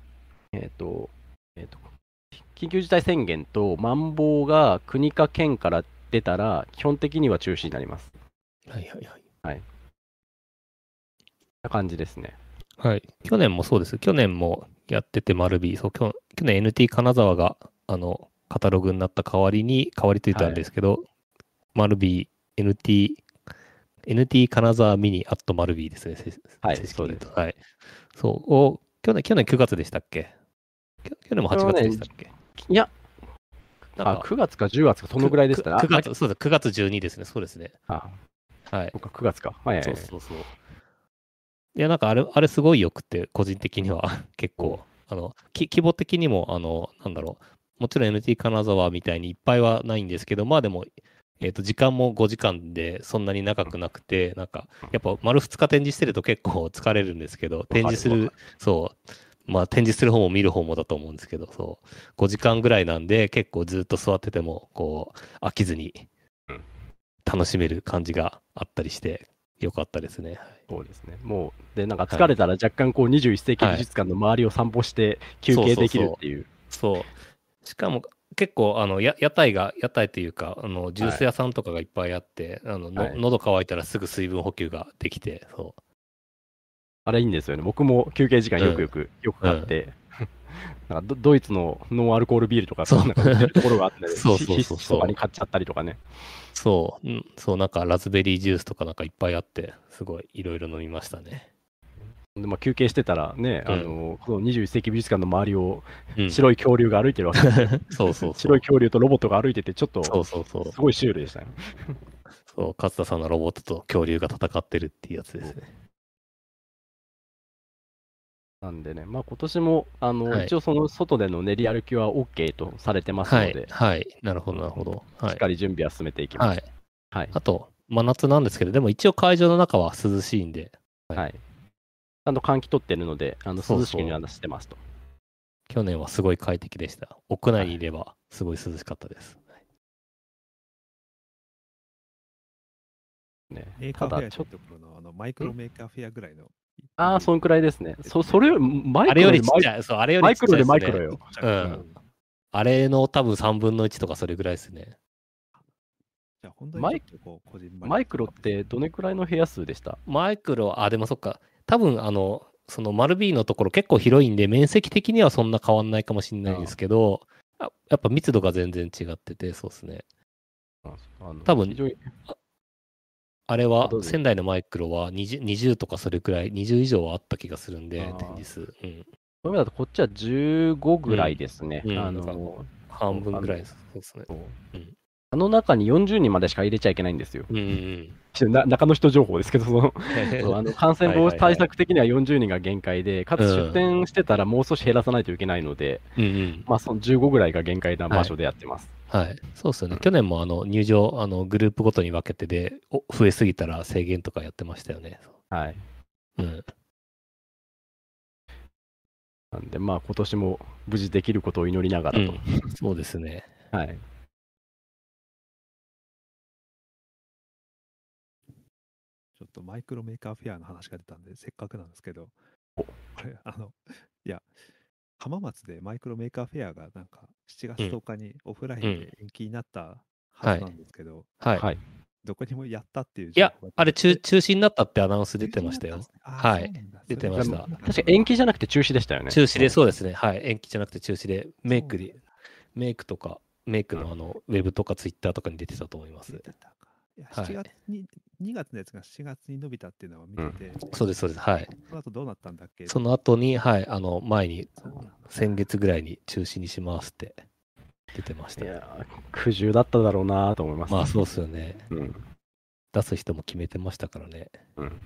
緊急事態宣言とまん防が国か県から出たら、基本的には中止になります。 はいはいはい。 はい。な感じですね。 はい。去年もそうです。去年もやってて、マルビー。そう、去年 NT 金沢が、カタログになった代わりと言ったんですけど、はい、マルビー、NT 金沢ミニアットマルビーですね。 はい、そうです。 はい。そう、去年9月でしたっけ？去年も8月でしたっけ？ いや、9月か10月か、そのぐらいでしたね。 9月、そうです。9月12ですね。そうですね。 はい。9月か。 はい。そう。いや、なんかあれすごいよくて、個人的には結構、規模的にも、もちろん NT 金沢みたいにいっぱいはないんですけど、でも、時間も5時間でそんなに長くなくて、なんか、やっぱ丸2日展示してると結構疲れるんですけど、展示する方も見る方もだと思うんですけど、そう、5時間ぐらいなんで、結構ずっと座ってても、こう、飽きずに楽しめる感じがあったりして、よかったですね。 そうですね。もう、で、なんか疲れたら若干こう21世紀美術館の周りを散歩して休憩できるっていう。 そう。しかも結構、屋台というか、ジュース屋さんとかがいっぱいあって、喉乾いたらすぐ水分補給ができて、そう。 あれいいんですよね。僕も休憩時間よく買って、なんかドイツのノンアルコールビールとか、そんなところがあって、 そうそばに買っちゃったりとかね。 そう、なんかラズベリージュースとかなんかいっぱいあって、すごいいろいろ飲みましたね。 で休憩してたらね、この21世紀美術館の周りを白い恐竜が歩いてるわけですよ。白い恐竜とロボットが歩いてて、ちょっとすごいシュールでしたね。 そう、勝田さんのロボットと恐竜が戦ってるっていうやつですね。 なんでね、今年も一応その外での練り歩きは OK とされてますので、 はい、なるほど、なるほど。 しっかり準備は進めていきます。 はい。あと、真夏なんですけど、でも一応会場の中は涼しいんで。 はい。ちゃんと換気取ってるので、涼しくにはしてますと。 去年はすごい快適でした。屋内にいればすごい涼しかったです。 メーカーフェアちょっとマイクロメーカーフェアぐらいの。 そんくらいですね。それよりあれよりちっちゃい。そう、あれよりちっちゃい。 マイクロよ。 あれの多分3分の1とかそれぐらいですね。 じゃあ本当にマイクロってどれくらいの部屋数でした？ マイクロ、でもそっか。多分その丸 B のところ結構広いんで、面積的にはそんな変わんないかもしれないですけど、やっぱ密度が全然違ってて、そうですね。多分、あれは、仙台のマイクロは 20とかそれくらい、20以上はあった気がするんで、展示数。 そういう意味だと、こっちは15ぐらいですね。 半分ぐらいです。そうですね。 中に40人までしか入れちゃいけないんですよ。中の人情報ですけど、感染防止対策的には40人が限界で、かつ出店してたらもう少し減らさないといけないので、その15ぐらいが限界な場所でやってます。 はい。そうですよね。去年も入場、グループごとに分けてで、増えすぎたら制限とかやってましたよね。 はい。 うん。 なんで、まあ、今年も無事できることを祈りながらと。 そうですね。 はい。 ちょっとマイクロメーカーフェアの話が出たんで、せっかくなんですけど、これ、いや、浜松でマイクロメーカーフェアがなんか7月10日にオフラインで延期になったはずなんですけど、 はい。 どこにもやったっていういや、あれ中止になったってアナウンス出てましたよ。はい。出てました。 確か延期じゃなくて中止でしたよね。 中止で、そうですね。はい。延期じゃなくて中止で、メイクとか、メイクのウェブとかツイッターとかに出てたと思います。 いや、7月に、2月のやつが7月に伸びたっていうのは見てて、 そうです、そうです。はい。 その後どうなったんだっけ？ その後に、はい、前に、先月ぐらいに中止にしますって出てました。 いや、苦渋だっただろうなと思います。 まあそうですよね。出す人も決めてましたからね。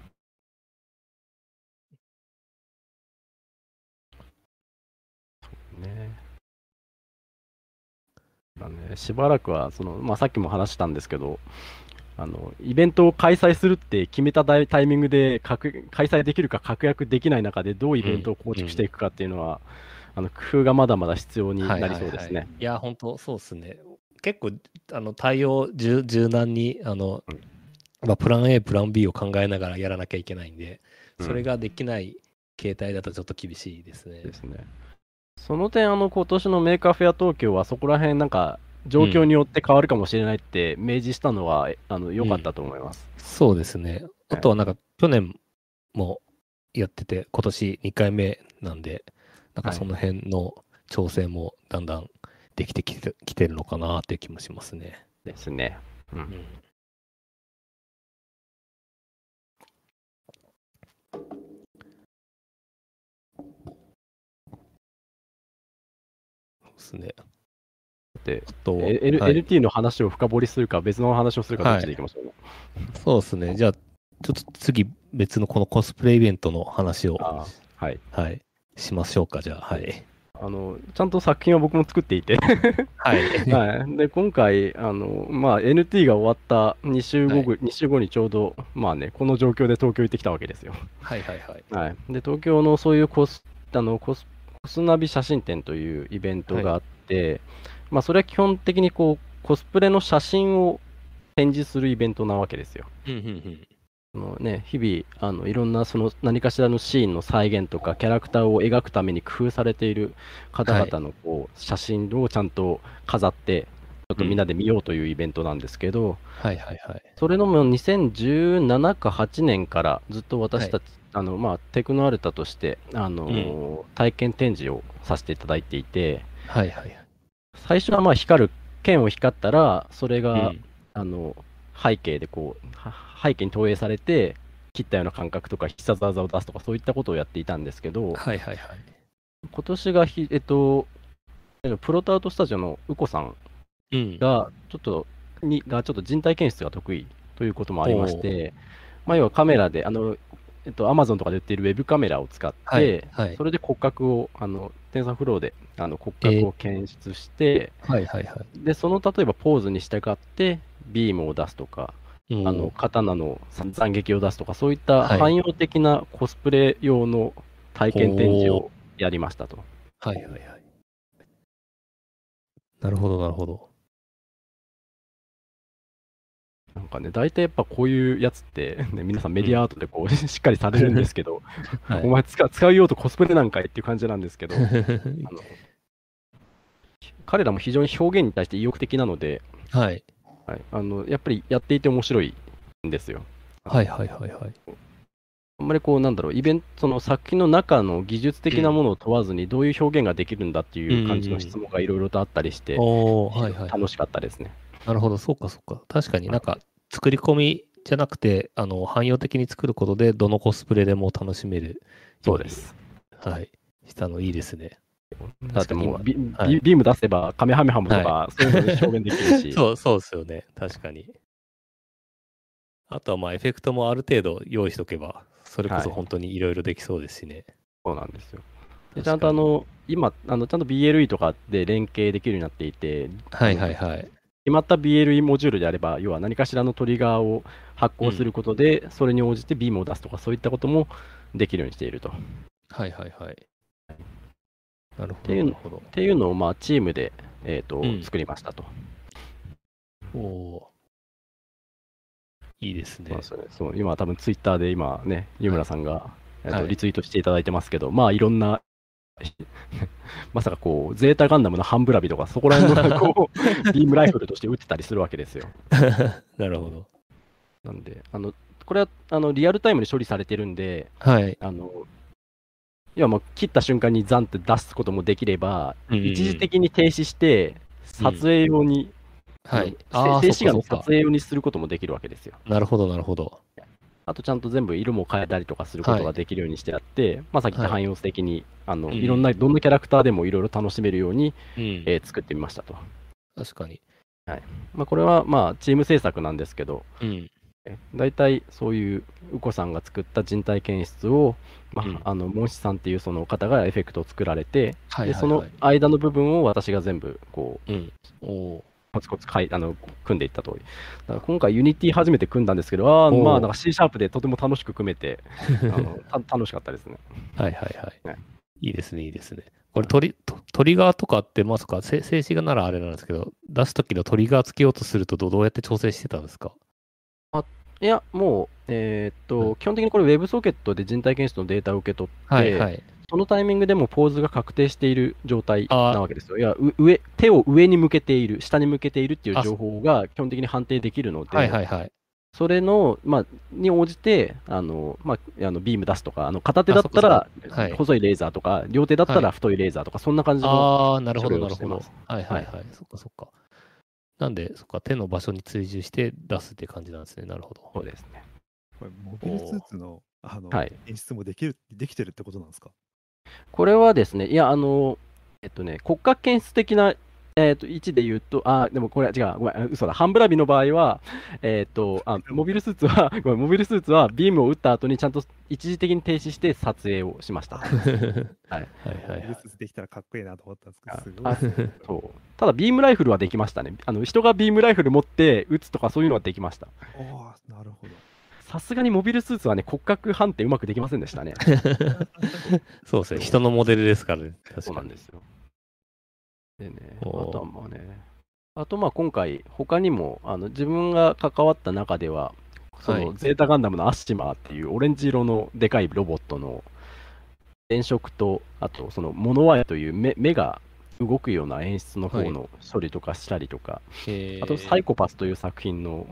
しばらくはさっきも話したんですけど、イベントを開催するって決めたタイミングで開催できるか確約できない中でどうイベントを構築していくかっていうのは、工夫がまだまだ必要になりそうですね。 いや、本当そうですね。結構対応柔軟にプラン A、プラン B を考えながらやらなきゃいけないんで、それができない形態だとちょっと厳しいですね。 その点、今年のメーカーフェア東京はそこら辺なんか状況によって変わるかもしれないって明示したのは良かったと思います。 そうですね。あとはなんか去年もやってて、今年2回目なんで、なんかその辺の調整もだんだんできてきてるのかなっていう気もしますね。 ですね。 ですね。 で、LT の話を深掘りするか、別の話をするか、どっちでいきましょうね。 そうですね。じゃあ、ちょっと次、別のこのコスプレイベントの話を、しましょうか、じゃあ。はい。 ちゃんと作品は僕も作っていてで、今回、NT が終わった2週後にちょうど、この状況で東京行ってきたわけですよ。で、東京のそういうコスナビ写真展というイベントがあって、それは基本的にコスプレの写真を展示するイベントなわけですよ。日々いろんな何かしらのシーンの再現とかキャラクターを描くために工夫されている方々の写真をちゃんと飾ってちょっとみんなで見ようというイベントなんですけど、それのも2017か8年からずっと私たち、テクノアルタとして体験展示をさせていただいていて、最初は剣を光ったらそれが、背景で背景に投影されて切ったような感覚とか必殺技を出すとかそういったことをやっていたんですけど、今年がプロトアウトスタジオのウコさんがちょっと人体検出が得意ということもありまして、要はカメラでAmazon とかで売っているウェブカメラを使って、それで骨格をテンサーフローで骨格を検出して、でその例えばポーズに従ってビームを出すとか、刀の斬撃を出すとか、そういった汎用的なコスプレ用の体験展示をやりましたと。 なるほど、なるほど。 なんかね、大体やっぱこういうやつって、皆さんメディアアートでしっかりされるんですけど、お前使う用途コスプレなんかいっていう感じなんですけど、彼らも非常に表現に対して意欲的なので、やっぱりやっていて面白いんですよ。あんまりイベントの作品の中の技術的なものを問わずにどういう表現ができるんだっていう感じの質問がいろいろとあったりして、楽しかったですね。 なるほど、そうかそうか。確かになんか作り込みじゃなくて、汎用的に作ることでどのコスプレでも楽しめる。 そうです。 したのいいですね。 だってもうビーム出せばカメハメハムとか、そういうので表現できるし。 そうですよね。確かに。あとはエフェクトもある程度用意しとけば、それこそ本当にいろいろできそうですしね。 そうなんですよ。でちゃんと今、ちゃんと BLE とかで連携できるようになっていて、 はいはいはい。 決まった BLE モジュールであれば、要は何かしらのトリガーを発行することで、それに応じてビームを出すとか、そういったこともできるようにしていると。 はいはいはい。なるほど。 っていうのを、まあ、チームで、作りましたと。 おいいですね。 そう今、多分ツイッターで今ね、湯村さんが、リツイートしていただいてますけど、まあ、いろんな、まさかこう、ゼータガンダムのハンブラビとか、そこら辺のこうビームライフルとして撃ってたりするわけですよ。 なるほど。 なんで、これはリアルタイムで処理されてるんで、 はい。 要はもう切った瞬間にザンって出すこともできれば、一時的に停止して、撮影用に、 はい。 静止画の撮影用にすることもできるわけですよ。 なるほど、なるほど。 あとちゃんと全部色も変えたりとかすることができるようにしてあって、まあさっき言った汎用的に、いろんな、どんなキャラクターでもいろいろ楽しめるように、作ってみましたと。 確かに。 はい。まあこれはまあチーム制作なんですけど、大体そういうウコさんが作った人体検出を、まあ、モンシさんっていうその方がエフェクトを作られて、でその間の部分を私が全部こう、コツコツ組んでいったと。だから今回ユニティ初めて組んだんですけど、まあなんか C シャープでとても楽しく組めて楽しかったですね。 はいはいはい。いいですね、いいですね。これトリガーとかってまさか静止画ならあれなんですけど、出す時のトリガーつけようとするとどうやって調整してたんですか？ いや、もう、基本的にこれ WebSocket で人体検出のデータを受け取って、そのタイミングでもポーズが確定している状態なわけですよ。いや、手を上に向けている、下に向けているっていう情報が基本的に判定できるので、それの、に応じて、ビーム出すとか、片手だったら細いレーザーとか、両手だったら太いレーザーとか、そんな感じの処理をしてます。 はいはいはい。そっかそっか。なんで、手の場所に追従して出すって感じなんですね。なるほど。 そうですね。 これ、モビルスーツの演出もできてるってことなんですか？ これはですね、いや、骨格検出的な、位置で言うと、でもこれは違う、ごめん、嘘だ、ハンブラビの場合は、モビルスーツは、モビルスーツはビームを打った後にちゃんと一時的に停止して撮影をしました。はい。 モビルスーツできたらかっこいいなと思ったんですけど、 そう。ただ、ビームライフルはできましたね。人がビームライフル持って撃つとかそういうのはできました。 なるほど。 さすがにモビルスーツはね、骨格判定うまくできませんでしたね。 そうですね、人のモデルですからね。 そうなんですよ。でね、あとまあ今回、他にも自分が関わった中では、そのゼータガンダムのアッシマーっていうオレンジ色のでかいロボットの電飾と、あとそのモノワイという目が動くような演出の方の処理とかしたりとか、あとサイコパスという作品の、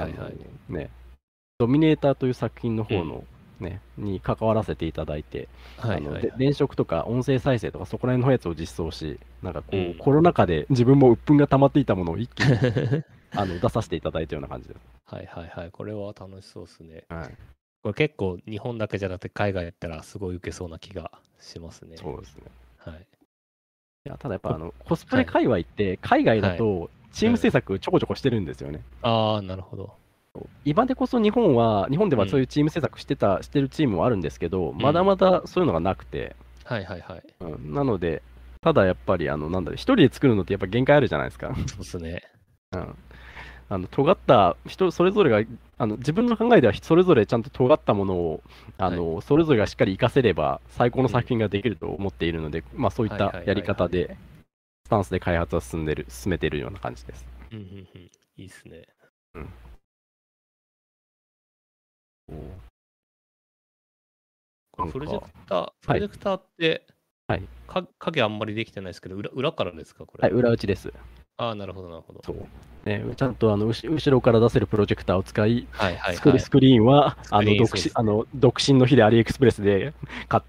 ドミネーターという作品の方の、に関わらせていただいて、電飾とか音声再生とかそこら辺のやつを実装し、なんかこう、コロナ禍で自分も鬱憤が溜まっていたものを一気に出させていただいたような感じです。 はいはいはい、これは楽しそうですね。これ結構日本だけじゃなくて海外やったらすごい受けそうな気がしますね。 そうですね。 はい。いやただやっぱコスプレ界隈って海外だとチーム制作ちょこちょこしてるんですよね。 なるほど。 今でこそ日本ではそういうチーム制作してるチームもあるんですけど、まだまだそういうのがなくて。なので、ただやっぱり、一人で作るのってやっぱ限界あるじゃないですか。 そうですね。 尖った人それぞれが自分の考えではそれぞれちゃんと尖ったものをそれぞれがしっかり活かせれば最高の作品ができると思っているので、まあそういったやり方でスタンスで開発は進めているような感じです。 いいですね。プロジェクターって、影あんまりできてないですけど、裏からですか、これ。 はい、裏打ちです。 なるほど、なるほど。 そうね、ちゃんと後ろから出せるプロジェクターを使い、スクリーンは独身の日でアリエクスプレスで買って、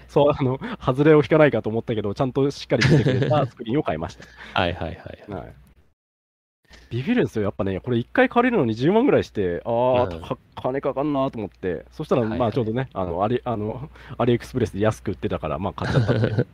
外れを引かないかと思ったけど、ちゃんとしっかり出てくれたスクリーンを買いました。ビビるんですよ、やっぱね、これ1回借りるのに10万ぐらいして、金かかんなと思って、そしたら、まあちょうどね、アリエクスプレスで安く売ってたから、まあ買っちゃったんで。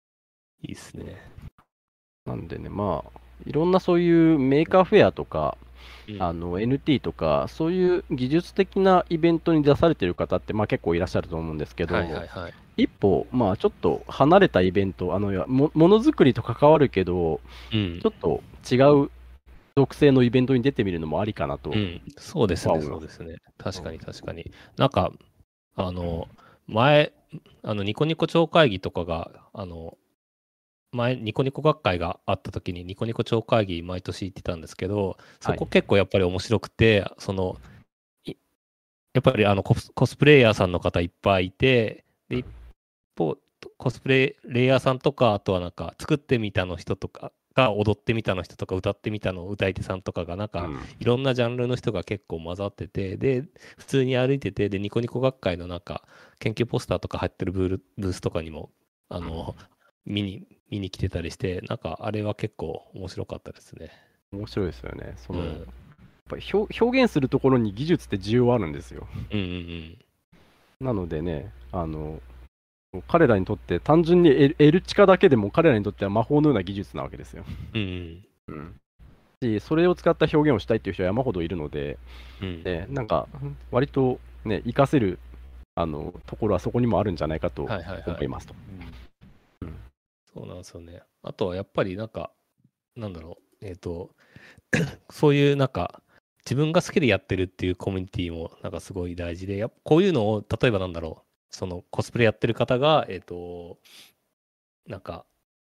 いいっすね。 なんでね、まあ、いろんなそういうメーカーフェアとか、 NT とか、そういう技術的なイベントに出されてる方って、結構いらっしゃると思うんですけど、一歩、ちょっと離れたイベント、ものづくりと関わるけど、ちょっと違う属性のイベントに出てみるのもありかなと。 そうですね、そうですね。確かに確かに。なんか、前、ニコニコ超会議とかが、前、ニコニコ学会があった時に、ニコニコ超会議毎年行ってたんですけど、そこ結構やっぱり面白くて、やっぱりコスプレイヤーさんの方いっぱいいて、で、一方、コスプレイヤーさんとか、あとはなんか、作ってみたの人とかが、踊ってみたの人とか、歌ってみたの歌い手さんとかが、なんか、いろんなジャンルの人が結構混ざってて、で、普通に歩いてて、で、ニコニコ学会のなんか、研究ポスターとか入ってるブースとかにも、見に来てたりして、なんか、あれは結構面白かったですね。 面白いですよね。やっぱり表現するところに技術って需要あるんですよ。なのでね、彼らにとって単純にL地下だけでも彼らにとっては魔法のような技術なわけですよ。それを使った表現をしたいっていう人は山ほどいるので、なんか割とね、活かせるところはそこにもあるんじゃないかと思いますと。 そうなんですよね。あとはやっぱりなんか、なんだろう、そういうなんか、自分が好きでやってるっていうコミュニティもなんかすごい大事で、こういうのを、例えばなんだろう、そのコスプレやってる方が、なんか、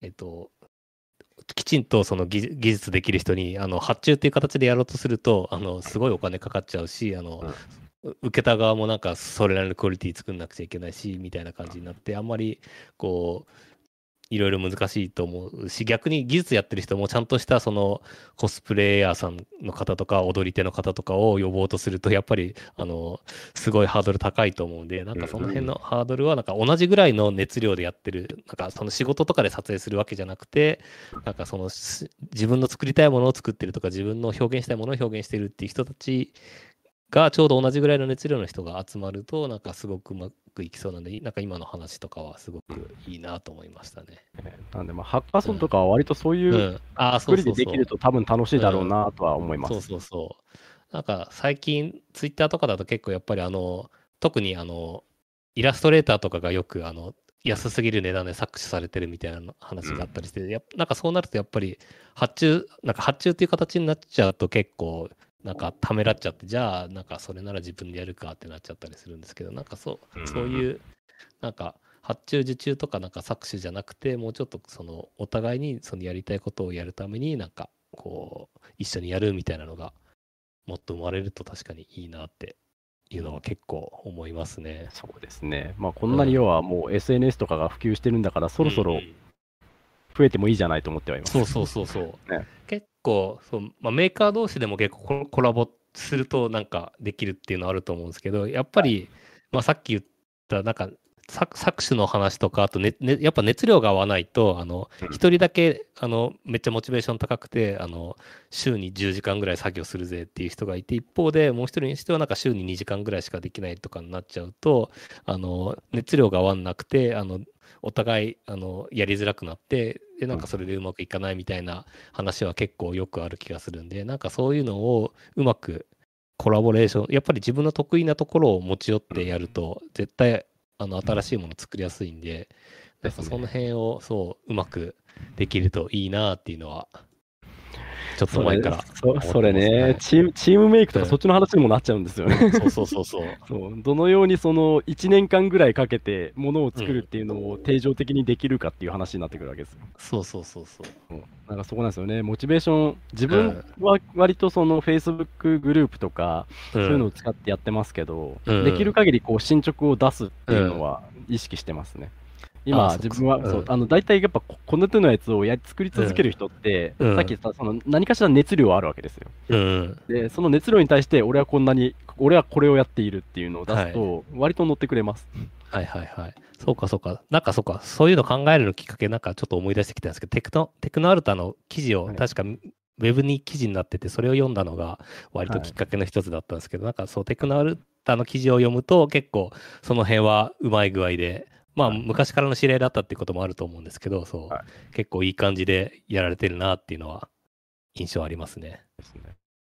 きちんとその技術できる人に、発注っていう形でやろうとすると、すごいお金かかっちゃうし、受けた側もなんかそれなりのクオリティ作んなくちゃいけないし、みたいな感じになって、あんまり、こう、いろいろ難しいと思うし、逆に技術やってる人もちゃんとしたそのコスプレイヤーさんの方とか踊り手の方とかを呼ぼうとすると、やっぱりすごいハードル高いと思うんで、なんかその辺のハードルはなんか同じぐらいの熱量でやってる、なんかその仕事とかで撮影するわけじゃなくて、なんかその自分の作りたいものを作ってるとか、自分の表現したいものを表現してるっていう人たちがちょうど同じぐらいの熱量の人が集まると、なんかすごくうまくいきそうなんで、なんか今の話とかはすごくいいなと思いましたね。 なんで、ハッカソンとかは割とそういう作りでできると多分楽しいだろうなとは思います。 なんか最近、ツイッターとかだと結構やっぱり特にイラストレーターとかがよく安すぎる値段で搾取されてるみたいな話があったりして、なんかそうなるとやっぱり発注っていう形になっちゃうと結構、なんかためらっちゃって、じゃあなんかそれなら自分でやるかってなっちゃったりするんですけど、なんかそういうなんか発注受注とかなんか搾取じゃなくて、もうちょっとそのお互いにそのやりたいことをやるためになんかこう一緒にやるみたいなのがもっと生まれると確かにいいなっていうのは結構思いますね。 そうですね。こんなに要はもう SNS とかが普及してるんだから、そろそろ増えてもいいじゃないと思ってはいます。 ね、結構メーカー同士でも結構コラボするとなんかできるっていうのはあると思うんですけど、やっぱり、さっき言ったなんか搾取の話とか、あと、やっぱ熱量が合わないと、一人だけめっちゃモチベーション高くて週に10時間ぐらい作業するぜっていう人がいて、一方でもう一人にしてはなんか週に2時間ぐらいしかできないとかになっちゃうと、熱量が合わなくてお互いやりづらくなって、でなんかそれでうまくいかないみたいな話は結構よくある気がするんで、なんかそういうのをうまくコラボレーション、やっぱり自分の得意なところを持ち寄ってやると絶対新しいもの作りやすいんで、なんかその辺をうまくできるといいなっていうのはちょっと前からそれね、チームメイクとかそっちの話にもなっちゃうんですよね。どのようにその1年間ぐらいかけてものを作るっていうのを定常的にできるかっていう話になってくるわけですよ。なんかそこなんですよね。モチベーション、自分は割とその Facebook グループとか、そういうのを使ってやってますけど、できる限りこう進捗を出すっていうのは意識してますね。今、自分は、大体やっぱこの手のやつを作り続ける人って、さっき言ったその何かしら熱量あるわけですよ。で、その熱量に対して、俺はこれをやっているっていうのを出すと、割と乗ってくれます。 そうか。なんかそういうの考えるきっかけ、なんかちょっと思い出してきたんですけど、テクノアルタの記事を、確かウェブに記事になってて、それを読んだのが割ときっかけの一つだったんですけど、なんかテクノアルタの記事を読むと、結構その辺はうまい具合で、昔からの知り合いだったっていうこともあると思うんですけど、結構いい感じでやられてるなっていうのは印象ありますね。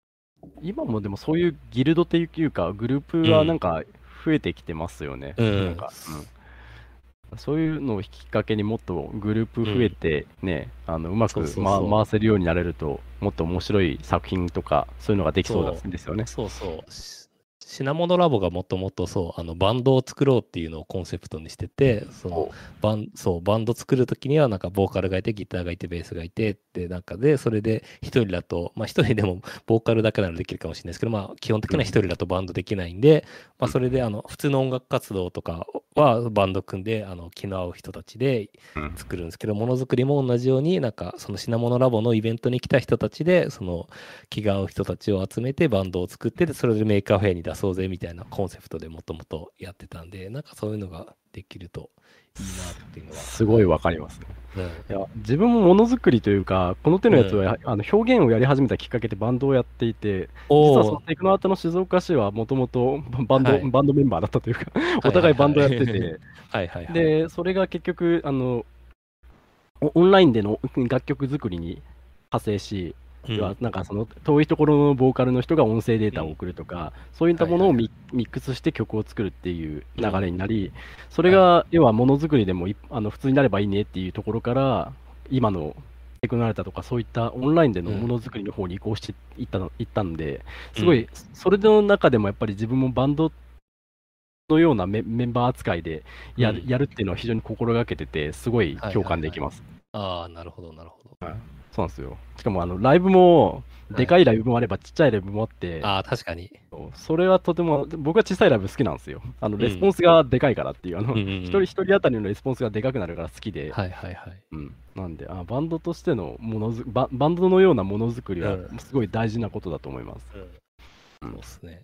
今もでもそういうギルドっていうか、グループはなんか増えてきてますよね。なんか、そういうのをきっかけにもっとグループ増えてね、うまく回せるようになれると、もっと面白い作品とか、そういうのができそうですよね。 そうそう。品物ラボがもともとバンドを作ろうっていうのをコンセプトにしてて、バンド作るときにはなんかボーカルがいて、ギターがいて、ベースがいてってなんかで、それで一人だと、一人でもボーカルだけならできるかもしれないですけど、基本的には一人だとバンドできないんで、それで普通の音楽活動とかはバンド組んで、気の合う人たちで作るんですけど、ものづくりも同じように、なんかその品物ラボのイベントに来た人たちで、気が合う人たちを集めてバンドを作って、それでメーカーフェアに出そうぜみたいなコンセプトでもともとやってたんで、なんかそういうのができるといいなっていうのは。 すごいわかりますね。いや自分もものづくりというか、この手のやつは、表現をやり始めたきっかけでバンドをやっていて、実はそのテクノアートの静岡市はもともとバンドメンバーだったというか、お互いバンドやってて、で、それが結局、オンラインでの楽曲作りに派生し、なんかその遠いところのボーカルの人が音声データを送るとか、そういったものをミックスして曲を作るっていう流れになり、それが要はものづくりでも普通になればいいねっていうところから、今のテクノアートとかそういったオンラインでのものづくりの方に移行していったんで、すごいそれの中でもやっぱり自分もバンドのようなメンバー扱いでやるっていうのは非常に心がけてて、すごい共感できます。 ああ、なるほど、なるほど。 そうなんですよ。しかもライブも、でかいライブもあればちっちゃいライブもあって、 ああ、確かに。 それはとても、僕は小さいライブ好きなんですよ。レスポンスがでかいからっていう、一人一人当たりのレスポンスがでかくなるから好きで、なんで、バンドとしてのバンドのようなものづくりはすごい大事なことだと思います。 そうですね。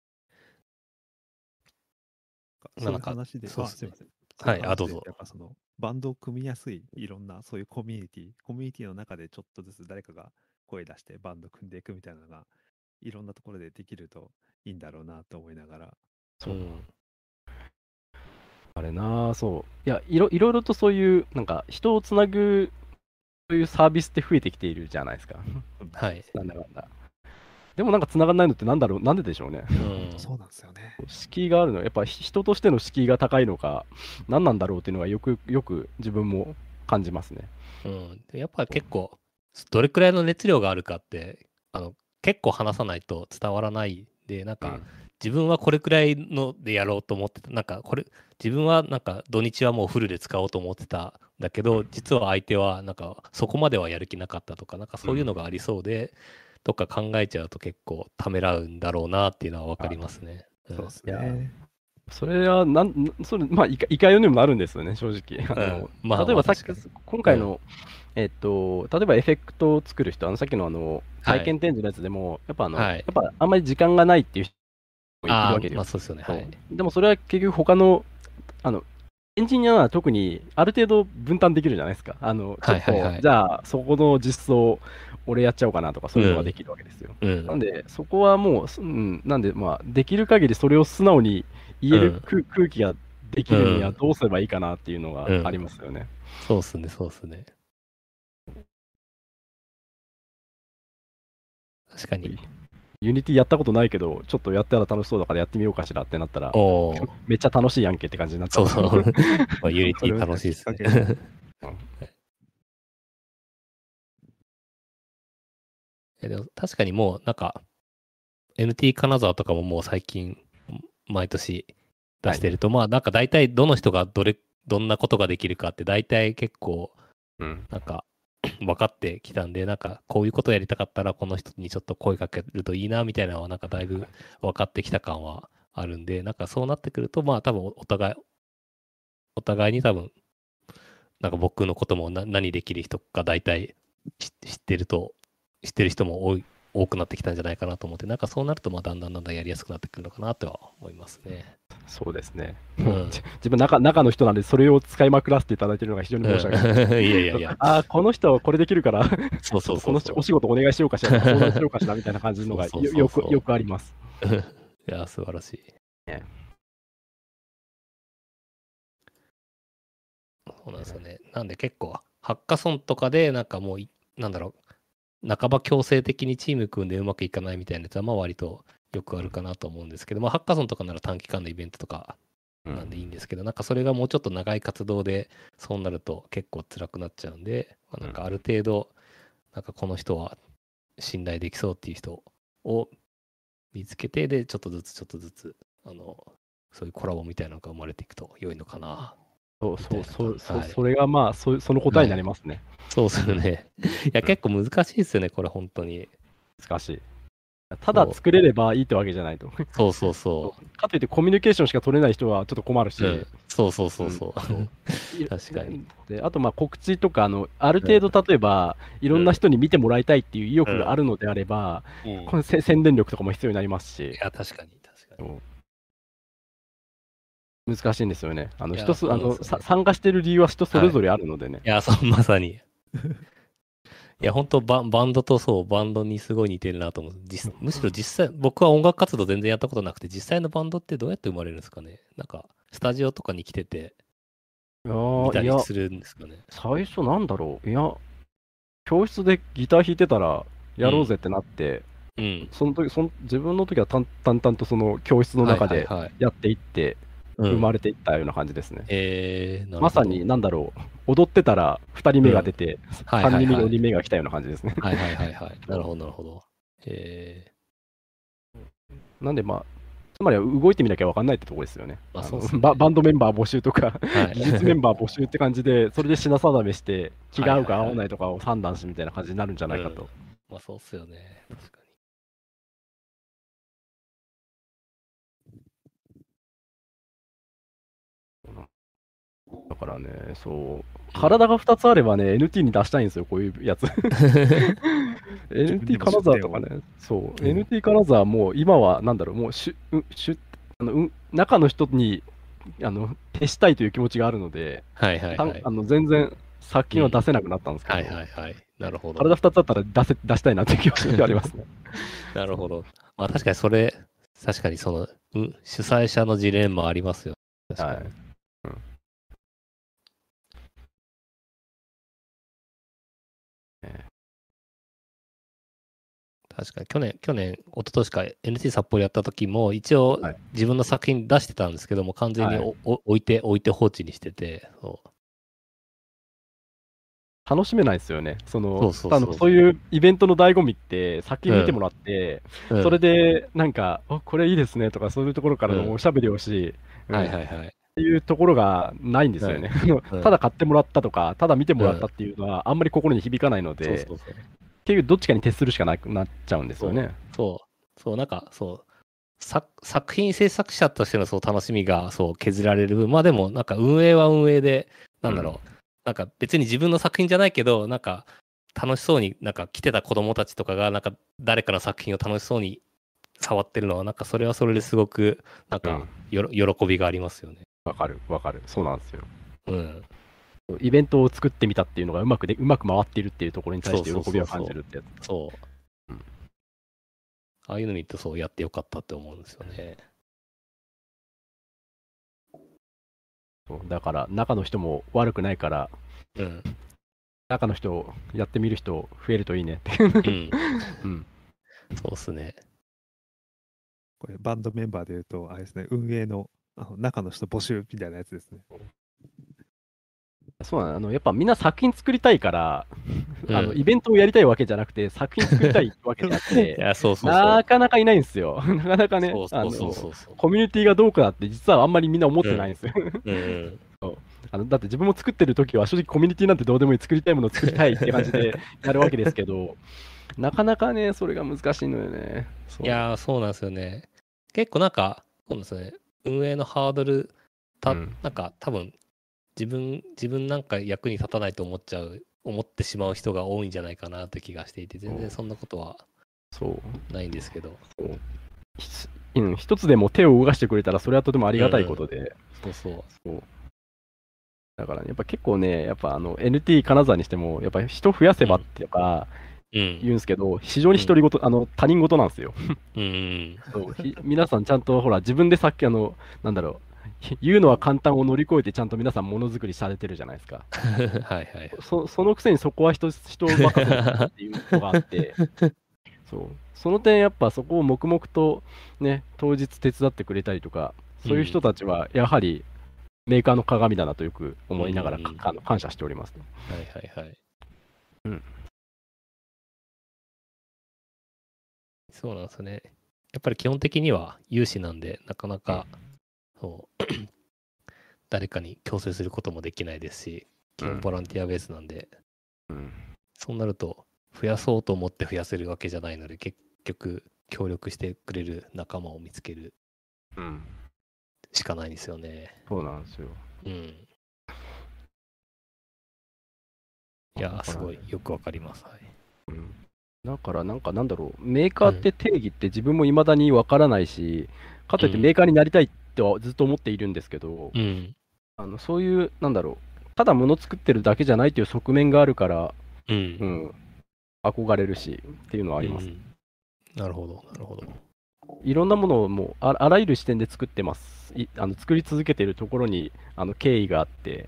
そういう話で、すいません。 はい、どうぞ。 やっぱバンドを組みやすいいろんなそういうコミュニティの中でちょっとずつ誰かが声出してバンド組んでいくみたいなのがいろんなところでできるといいんだろうなと思いながら。 そう。あれなそう。いや、いろいろとそういう、なんか人をつなぐ、そういうサービスって増えてきているじゃないですか。 はい。 なんだかんだ。でもなんか繋がんないのってなんででしょうね。 そうなんですよね。 敷居があるのは、やっぱ人としての敷居が高いのか、何なんだろうっていうのはよく自分も感じますね。 やっぱ結構、どれくらいの熱量があるかって、結構話さないと伝わらないで、なんか、自分はこれくらいのでやろうと思ってた、なんか自分はなんか土日はもうフルで使おうと思ってたんだけど、実は相手はなんかそこまではやる気なかったとか、なんかそういうのがありそうで、とか考えちゃうと結構ためらうんだろうなっていうのは分かりますね。 そうですね。 それはいかようにもなるんですよね、正直。例えば今回の、例えばエフェクトを作る人、さっきの体験展示のやつでも、やっぱあんまり時間がないっていう人もいるわけですよ。 そうですよね。 でもそれは結局他の、エンジニアは特にある程度分担できるじゃないですか。ちょっと、じゃあそこの実装、俺やっちゃおうかなとか、そういうのができるわけですよ。なんで、そこはもう、なんで、できる限りそれを素直に言える空気ができるにはどうすればいいかなっていうのがありますよね。 そうっすね、そうっすね。確かに。 ユニティやったことないけど、ちょっとやったら楽しそうだからやってみようかしらってなったら、めっちゃ楽しいやんけって感じになった。 そうそう。ユニティ楽しいですね。でも確かにもうなんか NT 金沢とかももう最近毎年出してると、まあなんか大体どの人がどんなことができるかって大体結構なんか分かってきたんで、なんかこういうことやりたかったらこの人にちょっと声かけるといいなみたいなのはなんかだいぶ分かってきた感はあるんで、なんかそうなってくるとまあ多分お互いに多分なんか僕のことも何できる人か大体知ってる人も多くなってきたんじゃないかなと思って、なんかそうなるとまあだんだんやりやすくなってくるのかなとは思いますね。 そうですね。自分中の人なんでそれを使いまくらせていただいているのが非常に申し訳ない。 いや。 この人はこれできるからこのお仕事お願いしようかしら、相談しようかしらみたいな感じのがよくあります。 いや、素晴らしい。そうなんですよね。なんで結構ハッカソンとかでなんかもうなんだろう、 半ば強制的にチーム組んでうまくいかないみたいなやつは、まあ割とよくあるかなと思うんですけど、まあハッカソンとかなら短期間のイベントとかなんでいいんですけど、なんかそれがもうちょっと長い活動で、そうなると結構辛くなっちゃうんで、まあ、なんかある程度、なんかこの人は信頼できそうっていう人を見つけて、で、ちょっとずつ、そういうコラボみたいなのが生まれていくと良いのかな。 それがまあその答えになりますね。 そうですよね。いや、結構難しいですよね、これ、本当に。 難しい。ただ作れればいいってわけじゃないと。 そう。 かといってコミュニケーションしか取れない人はちょっと困るし。 そう。確かに。 で、あとまあ告知とか、ある程度例えば、いろんな人に見てもらいたいっていう意欲があるのであれば、この宣伝力とかも必要になりますし。 いや、確かに。 難しいんですよね。参加してる理由は人それぞれあるのでね。 いや、まさに。いや、本当バンドにすごい似てるなと思う。むしろ実際、僕は音楽活動全然やったことなくて、実際のバンドってどうやって生まれるんですかね。なんか、スタジオとかに来てて、見たりするんですかね。 最初なんだろう。いや、教室でギター弾いてたら、やろうぜってなって、その時、自分の時は淡々とその教室の中でやっていって、生まれていったような感じですね。まさに、なんだろう、踊ってたら2人目が出て、3人目、4人目が来たような感じですね。 なるほど。 なんで、まあ、つまりは動いてみなきゃ分かんないってところですよね。バンドメンバー募集とか、技術メンバー募集って感じで、それで品定めして、気が合うか合わないとかを判断しみたいな感じになるんじゃないかと。 まあ、そうっすよね。確かに。 だからね、体が2つあればね、NT に出したいんですよ、こういうやつ。NT 金沢とかね、NT 金沢も今は、なんだろう、もう中の人に徹したいという気持ちがあるので、全然作品は出せなくなったんですけど、 なるほど。 体2つあったら出したいなという気持ちがありますね。 なるほど。まあ確かに確かにその、主催者のジレンマありますよ。確かに。確かに去年、一昨年か NT 札幌やった時も一応自分の作品出してたんですけども、完全に置いて放置にしてて、 楽しめないですよね。そういうイベントの醍醐味って作品見てもらって、それでなんかこれいいですねとかそういうところからのおしゃべりをし、っていうところがないんですよね。ただ買ってもらったとか、ただ見てもらったっていうのはあんまり心に響かないので。結局どっちかに徹するしかなくなっちゃうんですよね。 なんか作品制作者としての楽しみが削られる。まあでもなんか運営は運営で、なんだろう、なんか別に自分の作品じゃないけど、なんか楽しそうになんか来てた子供たちとかがなんか誰かの作品を楽しそうに触ってるのは、なんかそれはそれですごくなんか喜びがありますよね。 わかる。そうなんですよ。イベントを作ってみたっていうのがうまく回っているっていうところに対して喜びを感じるってやつ。 ああいうの見るとやってよかったって思うんですよね。 だから中の人も悪くないから、中の人をやってみる人増えるといいねって。 そうっすね。 これバンドメンバーでいうと、あれですね、運営の中の人募集みたいなやつですね。 そうなの、やっぱみんな作品作りたいから、イベントをやりたいわけじゃなくて、作品作りたいわけであって、なかなかいないんですよ。なかなかね、コミュニティがどうかなって実はあんまりみんな思ってないんですよ。だって自分も作ってる時は正直コミュニティなんてどうでもいい、作りたいものを作りたいって感じでやるわけですけど、なかなかね、それが難しいのよね。 いやー、そうなんですよね。結構なんか、そうですね、運営のハードル、なんか多分、自分なんか役に立たないと思ってしまう人が多いんじゃないかなって気がしていて、全然そんなことはないんですけど。 一つでも手を動かしてくれたらそれはとてもありがたいことで。だから、ね、やっぱ結構ね、やっぱNT 金沢にしても、やっぱ人増やせばっていうか、言うんですけど、非常に独り言、他人事なんですよ。皆さんちゃんとほら自分でさっきなんだろう、 言うのは簡単を乗り越えてちゃんと皆さんものづくりされてるじゃないですか。 はいはい。 そのくせにそこは人任せっていうのがあって、その点やっぱそこを黙々とね、当日手伝ってくれたりとか、そういう人たちはやはりメーカーの鏡だなとよく思いながら、感謝しております、ね。 はいはいはい。 うん。 そうなんですね。やっぱり基本的には有志なんで、なかなか、誰かに強制することもできないですし、基本ボランティアベースなんで、そうなると、増やそうと思って増やせるわけじゃないので、結局、協力してくれる仲間を見つけるしかないんですよね。 そうなんですよ。 うん。いや、すごいよくわかります。はい。 だからなんだろう、メーカーって定義って自分も未だにわからないし、かといってメーカーになりたいってはずっと思っているんですけど、そういう、なんだろう、ただ物作ってるだけじゃないという側面があるから、憧れるしっていうのはあります。 なるほど、なるほど。 いろんなものをもうあらゆる視点で作ってます。作り続けているところに敬意があって、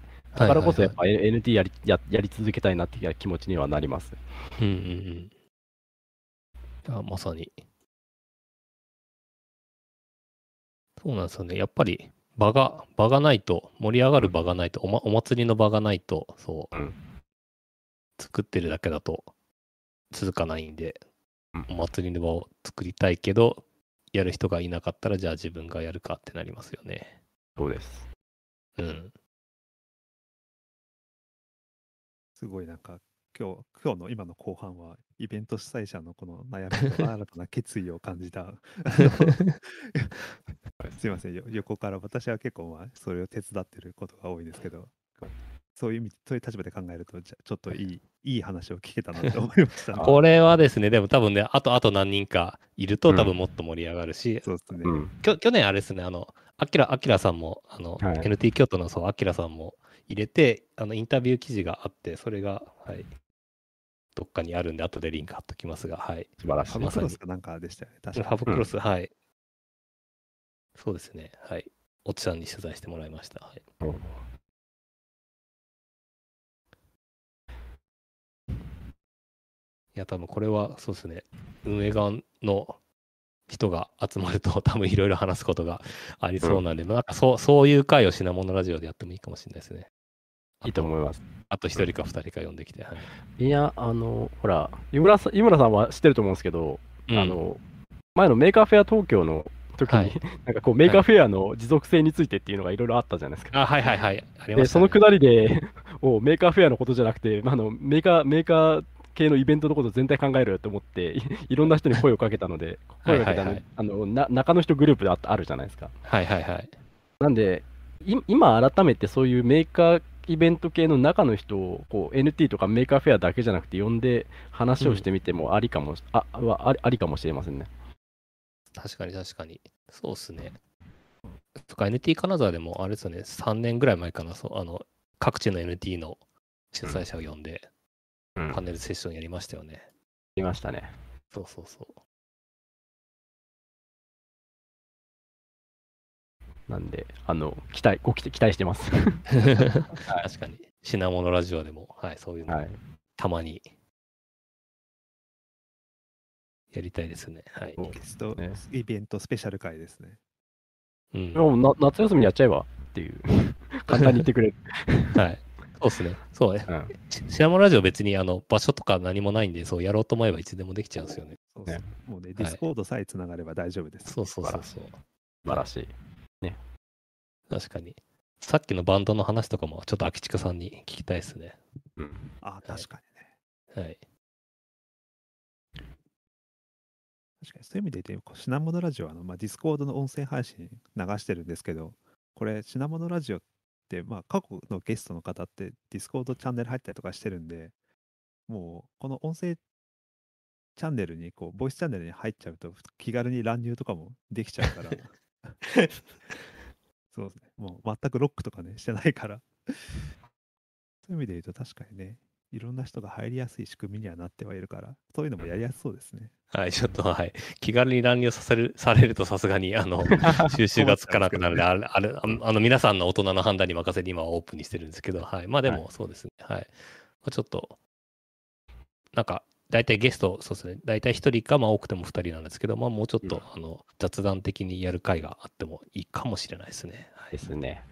だからこそやっぱ NT やり続けたいなっていう気持ちにはなります。 まさに。そうなんですよね。やっぱり場がないと、盛り上がる場がないと、お祭りの場がないと、作ってるだけだと続かないんで、お祭りの場を作りたいけど、やる人がいなかったら、じゃあ自分がやるかってなりますよね。 そうです。 すごいなんか、今日の今の後半は、イベント主催者のこの悩みと新たな決意を感じた。すいません、横から私は結構それを手伝ってることが多いですけど、そういう立場で考えると、ちょっといい話を聞けたなって思いました、ね。 これはですね、でも多分ね、あと何人かいると多分もっと盛り上がるし、 そうですね。 去年あれですね、アキラさんも、NT 京都のアキラさんも入れて、インタビュー記事があって、それが、どっかにあるんで、後でリンク貼っときますが、はい。 素晴らしい。 ファブクロスかなんかでしたよね、確かに。 ファブクロス、はい。そうですね、はい。おっちゃんに取材してもらいました。はい。いや、多分これは、そうですね、運営側の人が集まると、多分いろいろ話すことがありそうなんで、なんかそういう回を品物ラジオでやってもいいかもしれないですね。 いいと思います。 あと1人か2人か呼んできて。 いや、ほら、湯村さんは知ってると思うんですけど、前のメーカーフェア東京の時に、なんかこう、メーカーフェアの持続性についてっていうのがいろいろあったじゃないですか。 はいはいはい。 で、そのくだりで、メーカーフェアのことじゃなくて、メーカー系のイベントのこと全体考えるよと思っていろんな人に声をかけたので、中の人グループであるじゃないですか。 はいはいはい。 なんで、今改めてそういうメーカーイベント系の中の人をこう NT とかメーカーフェアだけじゃなくて呼んで話をしてみてもありかもしれませんね。 確かに確かに。そうっすね。とか NT 金沢でもあれですよね、3年ぐらい前かな、各地の NT の主催者を呼んで、パネルセッションやりましたよね。やりましたね。 そうそうそう。 なんで、期待してます。 確かに。品物ラジオでも、そういうの、たまにやりたいですね。 ゲストイベントスペシャル会ですね。 夏休みやっちゃえばっていう、簡単に言ってくれる。 はい。そうですね。そうね。品物ラジオ別に場所とか何もないんで、そうやろうと思えばいつでもできちゃうんですよね。 もうね、ディスコードさえつながれば大丈夫です。 そう。素晴らしい。ね。 確かに。さっきのバンドの話とかもちょっと秋近さんに聞きたいですね。 確かにね。はい。 確かにそういう意味で言うと、品物ラジオはディスコードの音声配信流してるんですけど、これ、品物ラジオって、過去のゲストの方ってディスコードチャンネル入ったりとかしてるんで、もう、この音声チャンネルに、ボイスチャンネルに入っちゃうと、気軽に乱入とかもできちゃうから、そうですね、もう全くロックとかね、してないから、そういう意味で言うと確かにね、 いろんな人が入りやすい仕組みにはなってはいるから、そういうのもやりやすそうですね。 はい、ちょっと、はい。気軽に乱入されるとさすがに、収集がつかなくなるので、皆さんの大人の判断に任せて今はオープンにしてるんですけど、はい。まあでも、そうですね。はい。まあ、ちょっと、なんか、大体ゲスト、そうですね。大体1人か、まあ多くても2人なんですけど、まあもうちょっと、雑談的にやる会があってもいいかもしれないですね。はい、 ですね。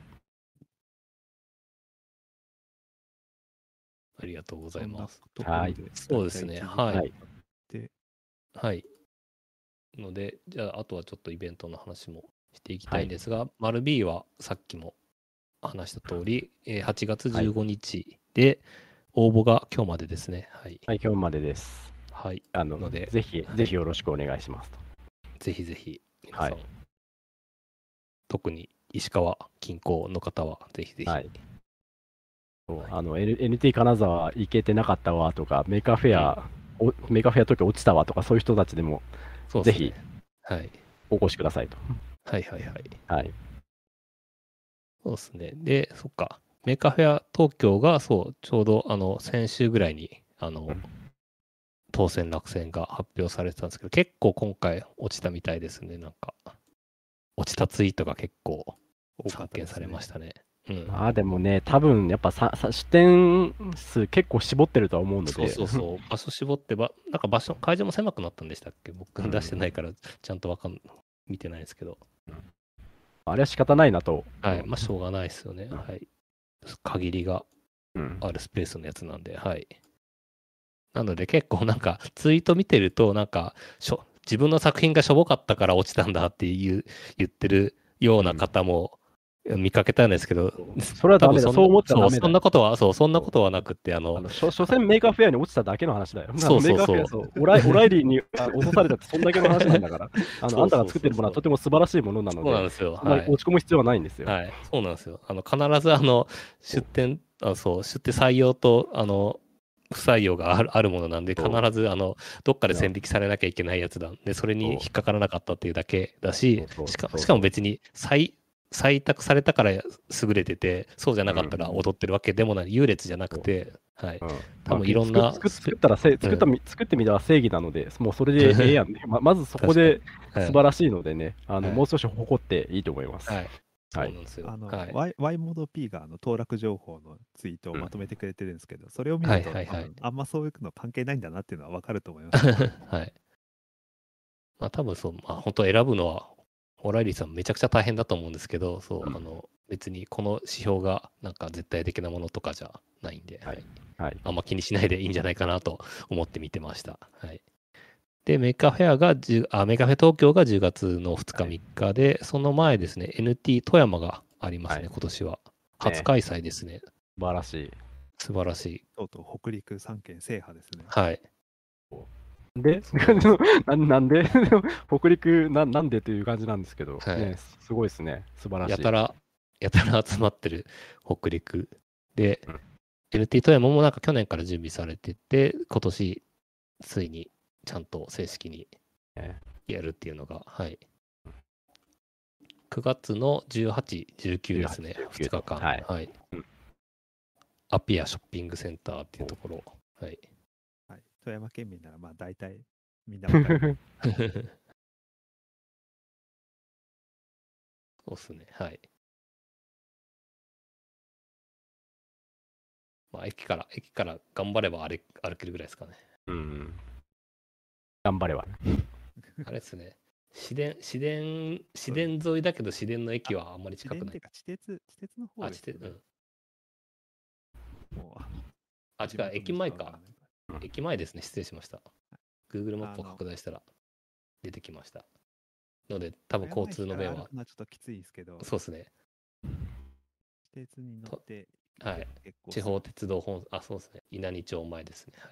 ありがとうございます。 はい。 そうですね。はい。はい。ので、じゃあ、あとはちょっとイベントの話もしていきたいんですが、丸 B はさっきも話した通り、8月15日で、応募が今日までですね。はい。 はい、今日までです。 はい。 ので、ぜひよろしくお願いしますと。 ぜひぜひ、皆さん、特に石川近郊の方は、ぜひぜひ。 はい。NT 金沢行けてなかったわとか、メーカーフェア時落ちたわとか、そういう人たちでも、ぜひ、お越しくださいと。 はいはいはい。 はい。 そうですね。で、そっか。メーカーフェア東京が、そう、ちょうど、先週ぐらいに、当選落選が発表されてたんですけど、結構今回落ちたみたいですね。なんか、落ちたツイートが結構散見されましたね。 でもね、多分やっぱ出店数結構絞ってるとは思うので。 そう。場所絞ってなんか会場も狭くなったんでしたっけ？僕出してないから、ちゃんと見てないですけど。 あれは仕方ないなと。 はい。まあ、しょうがないですよね。はい。限りがあるスペースのやつなんで、はい。なので結構なんかツイート見てると、なんか自分の作品がしょぼかったから落ちたんだって言ってるような方も見かけたんですけど、 それはダメだ。そう思っちゃダメだ。 そんなことはなくて、 所詮メーカーフェアに落ちただけの話だよ。 そう。 メーカーフェア、オライリーに落とされたってそんだけの話なんだから、あんたが作ってるものはとても素晴らしいものなので、 そうなんですよ。 落ち込む必要はないんですよ。 はい。そうなんですよ。必ず出展採用と、不採用があるものなんで、必ずどっかで線引きされなきゃいけないやつなんで、それに引っかからなかったっていうだけだし、しかも別に採択されたから優れてて、そうじゃなかったら踊ってるわけでもない、優劣じゃなくて、はい。多分いろんな。 作ってみたら正義なので、もうそれでええやんね。まずそこで素晴らしいのでね、もう少し誇っていいと思います。 はい。そうなんですよ。 Y モード P が登録情報のツイートをまとめてくれてるんですけど、それを見ると、あんまそういうの関係ないんだなっていうのは分かると思います。 はい。まあ多分そう、まあ本当選ぶのは、オライリーさんめちゃくちゃ大変だと思うんですけど、そう、別にこの指標がなんか絶対的なものとかじゃないんで、あんま気にしないでいいんじゃないかなと思って見てました。はい。で、メーカーフェ東京が10月の2日3日で、その前ですね、NT 富山がありますね、今年は。初開催ですね。 素晴らしい。 素晴らしい。 とうとう北陸3県制覇ですね。 はい。 で、なんで北陸なんでという感じなんですけど、すごいですね。素晴らしい。 やたら集まってる北陸で、NT 富山もなんか去年から準備されてて、今年ついにちゃんと正式にやるっていうのが、はい。9月の18、19ですね、2日間。はい。アピアショッピングセンターっていうところ。はい。 富山県民ならまあ大体みんな分かる。 そうですね、はい。まあ、駅から頑張れば歩けるぐらいですかね。 頑張れば。 あれですね。市電沿いだけど、市電の駅はあんまり近くない。 地鉄の方ですね。 違う、駅前か。駅前ですね、失礼しました。Google マップを拡大したら出てきました。ので、多分交通の便は。 ちょっときついですけど。 そうですね。 地鉄に乗って、 はい。地方鉄道そうですね。稲荷町前ですね。はい。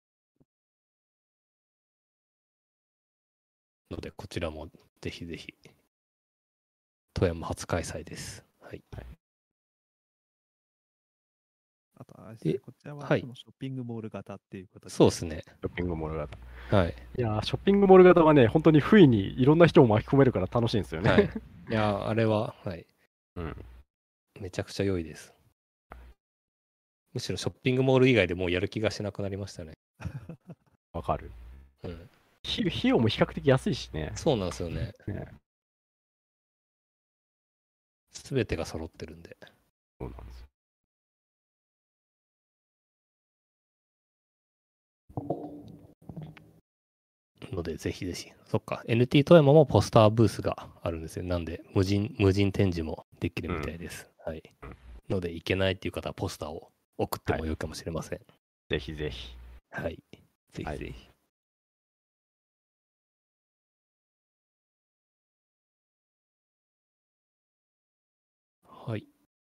ので、こちらもぜひぜひ、富山初開催です。はい。 あとは、こちらはショッピングモール型っていうことで。 そうですね。 ショッピングモール型。 はい。 いや、ショッピングモール型はね、本当に不意にいろんな人を巻き込めるから楽しいんですよね。 はい。いや、あれは、はい。めちゃくちゃ良いです。 むしろショッピングモール以外でもうやる気がしなくなりましたね。 わかる。 うん。 費用も比較的安いしね。 そうなんですよね。すべてが揃ってるんで。 そうなんですよ。 ので、ぜひぜひ。そっか、NT 富山もポスターブースがあるんですよ。なんで、無人展示もできるみたいです。はい。ので、行けないっていう方はポスターを送ってもよいかもしれません。 ぜひぜひ。 はい。ぜひぜひ。はい。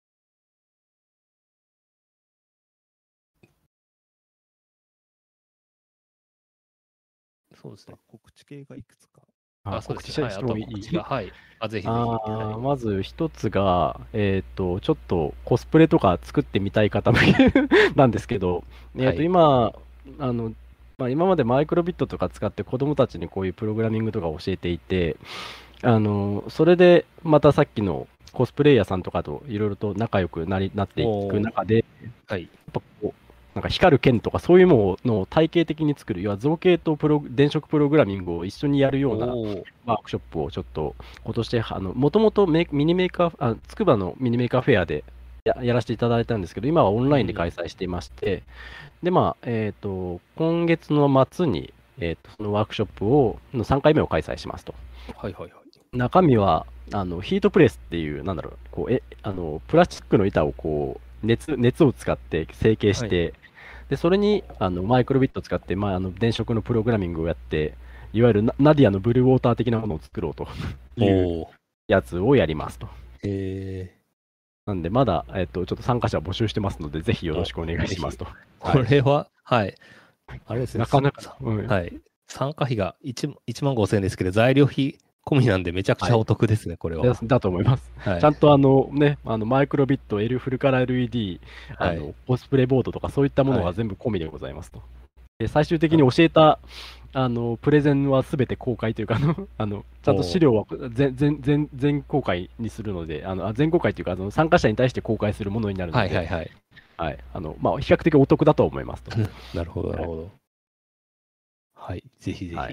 そうですね。 告知系がいくつか。 告知してもいい？ はい。ぜひぜひ。 まず一つが、ちょっとコスプレとか作ってみたい方向けなんですけど、今、今までマイクロビットとか使って子供たちにこういうプログラミングとか教えていて、それでまたさっきのコスプレイヤーさんとかといろいろと仲良くなっていく中で、 はい、 やっぱこうなんか光る剣とかそういうものを体系的に作る、要は造形と電飾プログラミングを一緒にやるようなワークショップをちょっと今年もともとミニメーカー、つくばのミニメーカーフェアでやらせていただいたんですけど、今はオンラインで開催していまして、で、今月の末に、そのワークショップの3回目を開催しますと。 はいはいはい。 中身は、ヒートプレスっていう、プラスチックの板を熱を使って成形して、で、それにマイクロビットを使って、電飾のプログラミングをやって、いわゆるナディアのブルーウォーター的なものを作ろうというやつをやりますと。なんで、まだ、ちょっと参加者募集してますので、ぜひよろしくお願いしますと。 これは、はい。あれですね。 なかなか、 はい。参加費が1万5千円ですけど、材料費込みなんでめちゃくちゃお得ですね、これは。 だと思います。ちゃんとマイクロビット、フルカラー LED、コスプレボードとかそういったものが全部込みでございますと。で最終的に教えたプレゼンはすべて公開というかちゃんと資料は全公開にするので、全公開というか参加者に対して公開するものになるので、比較的お得だと思いますと。 なるほど、なるほど。はい、ぜひぜひ。はい。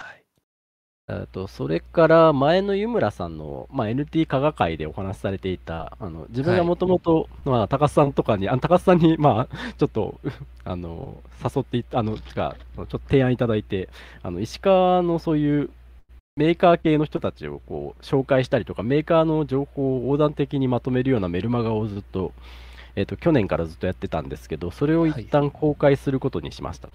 それから前の湯村さんの、NT 加賀会でお話しされていた、自分がもともと、高須さんとかに、高須さんに、ちょっと、誘ってちょっと提案いただいて、石川のそういうメーカー系の人たちを紹介したりとか、メーカーの情報を横断的にまとめるようなメルマガをずっと、去年からずっとやってたんですけど、それを一旦公開することにしましたと。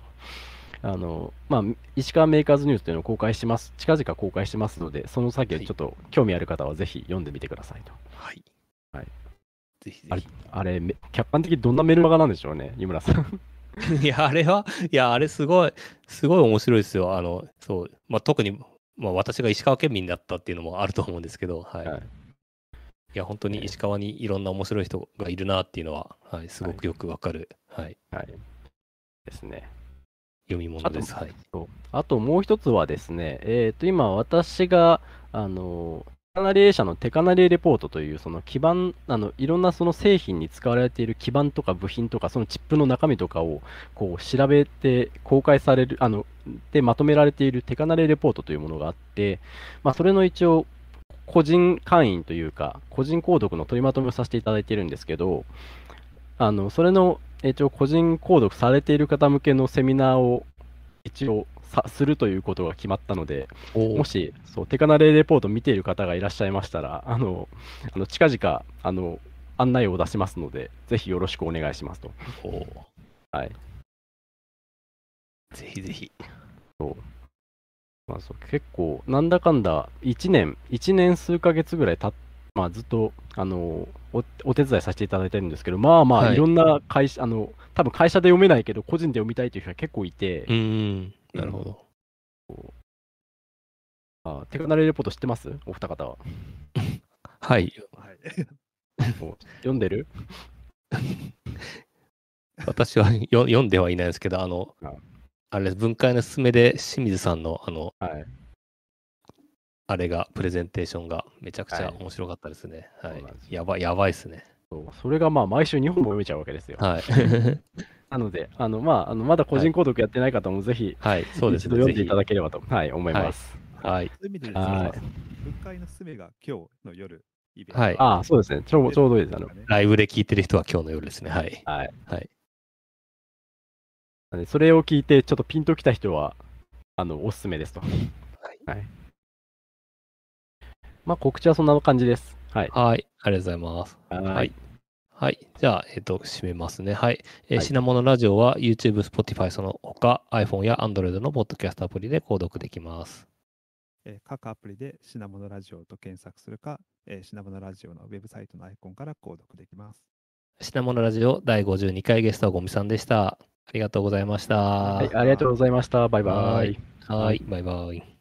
石川メーカーズニュースというのを公開します。近々公開しますので、その先ちょっと興味ある方はぜひ読んでみてくださいと。 はい。 はい。 ぜひぜひ。 あれ、客観的にどんなメルマガなんでしょうね、湯村さん。 あれすごい面白いですよ。そう。特に、私が石川県民だったっていうのもあると思うんですけど、はい。いや、本当に石川にいろんな面白い人がいるなっていうのは、はい、すごくよくわかる。はい。 ですね。 読み物です。 あともう一つはですね、今私が、テカナリ A 社のテカナリレポートという、その基板、いろんなその製品に使われている基板とか部品とか、そのチップの中身とかを調べて公開される、でまとめられているテカナリレポートというものがあって、それの一応、個人会員というか、個人購読の取りまとめをさせていただいているんですけど、それの一応個人購読されている方向けのセミナーを一応するということが決まったので、もしテカナレレポート見ている方がいらっしゃいましたら、近々案内を出しますので、ぜひよろしくお願いしますと。はい。 ぜひぜひ。 結構、なんだかんだ1年数ヶ月ぐらいずっとお手伝いさせていただいてるんですけど、いろんな会社、多分会社で読めないけど、個人で読みたいという人が結構いて、 なるほど。テカナレレポート知ってます？お二方は。 はい。 読んでる？ 私は読んではいないんですけど、あれ、分解のすすめで清水さんの、あれが、プレゼンテーションがめちゃくちゃ面白かったですね。はい。やばいですね。 それがまあ毎週2本も読めちゃうわけですよ。 はい。 なので、まだ個人購読やってない方もぜひ、 はい、そうです一度読んでいただければと、はい、思います。 はい。 そういう意味でですね、復会のすべが今日の夜、イベント。 はい。 ああ、そうですね。ちょうどいいです。 ライブで聞いてる人は今日の夜ですね。はい。 はい。 はい。 それを聞いて、ちょっとピンときた人は、おすすめですと。はい。はい。まあ、告知はそんな感じです。はい。 はい。ありがとうございます。 はい。 はい。じゃあ、締めますね。はい。品物ラジオは YouTube、Spotify その他 iPhone や Android のポッドキャストアプリで購読できます。 各アプリで品物ラジオと検索するか、品物ラジオのウェブサイトのアイコンから購読できます。 品物ラジオ第52回ゲストはゴミさんでした。ありがとうございました。 はい、ありがとうございました。バイバイ。 はい、バイバイ。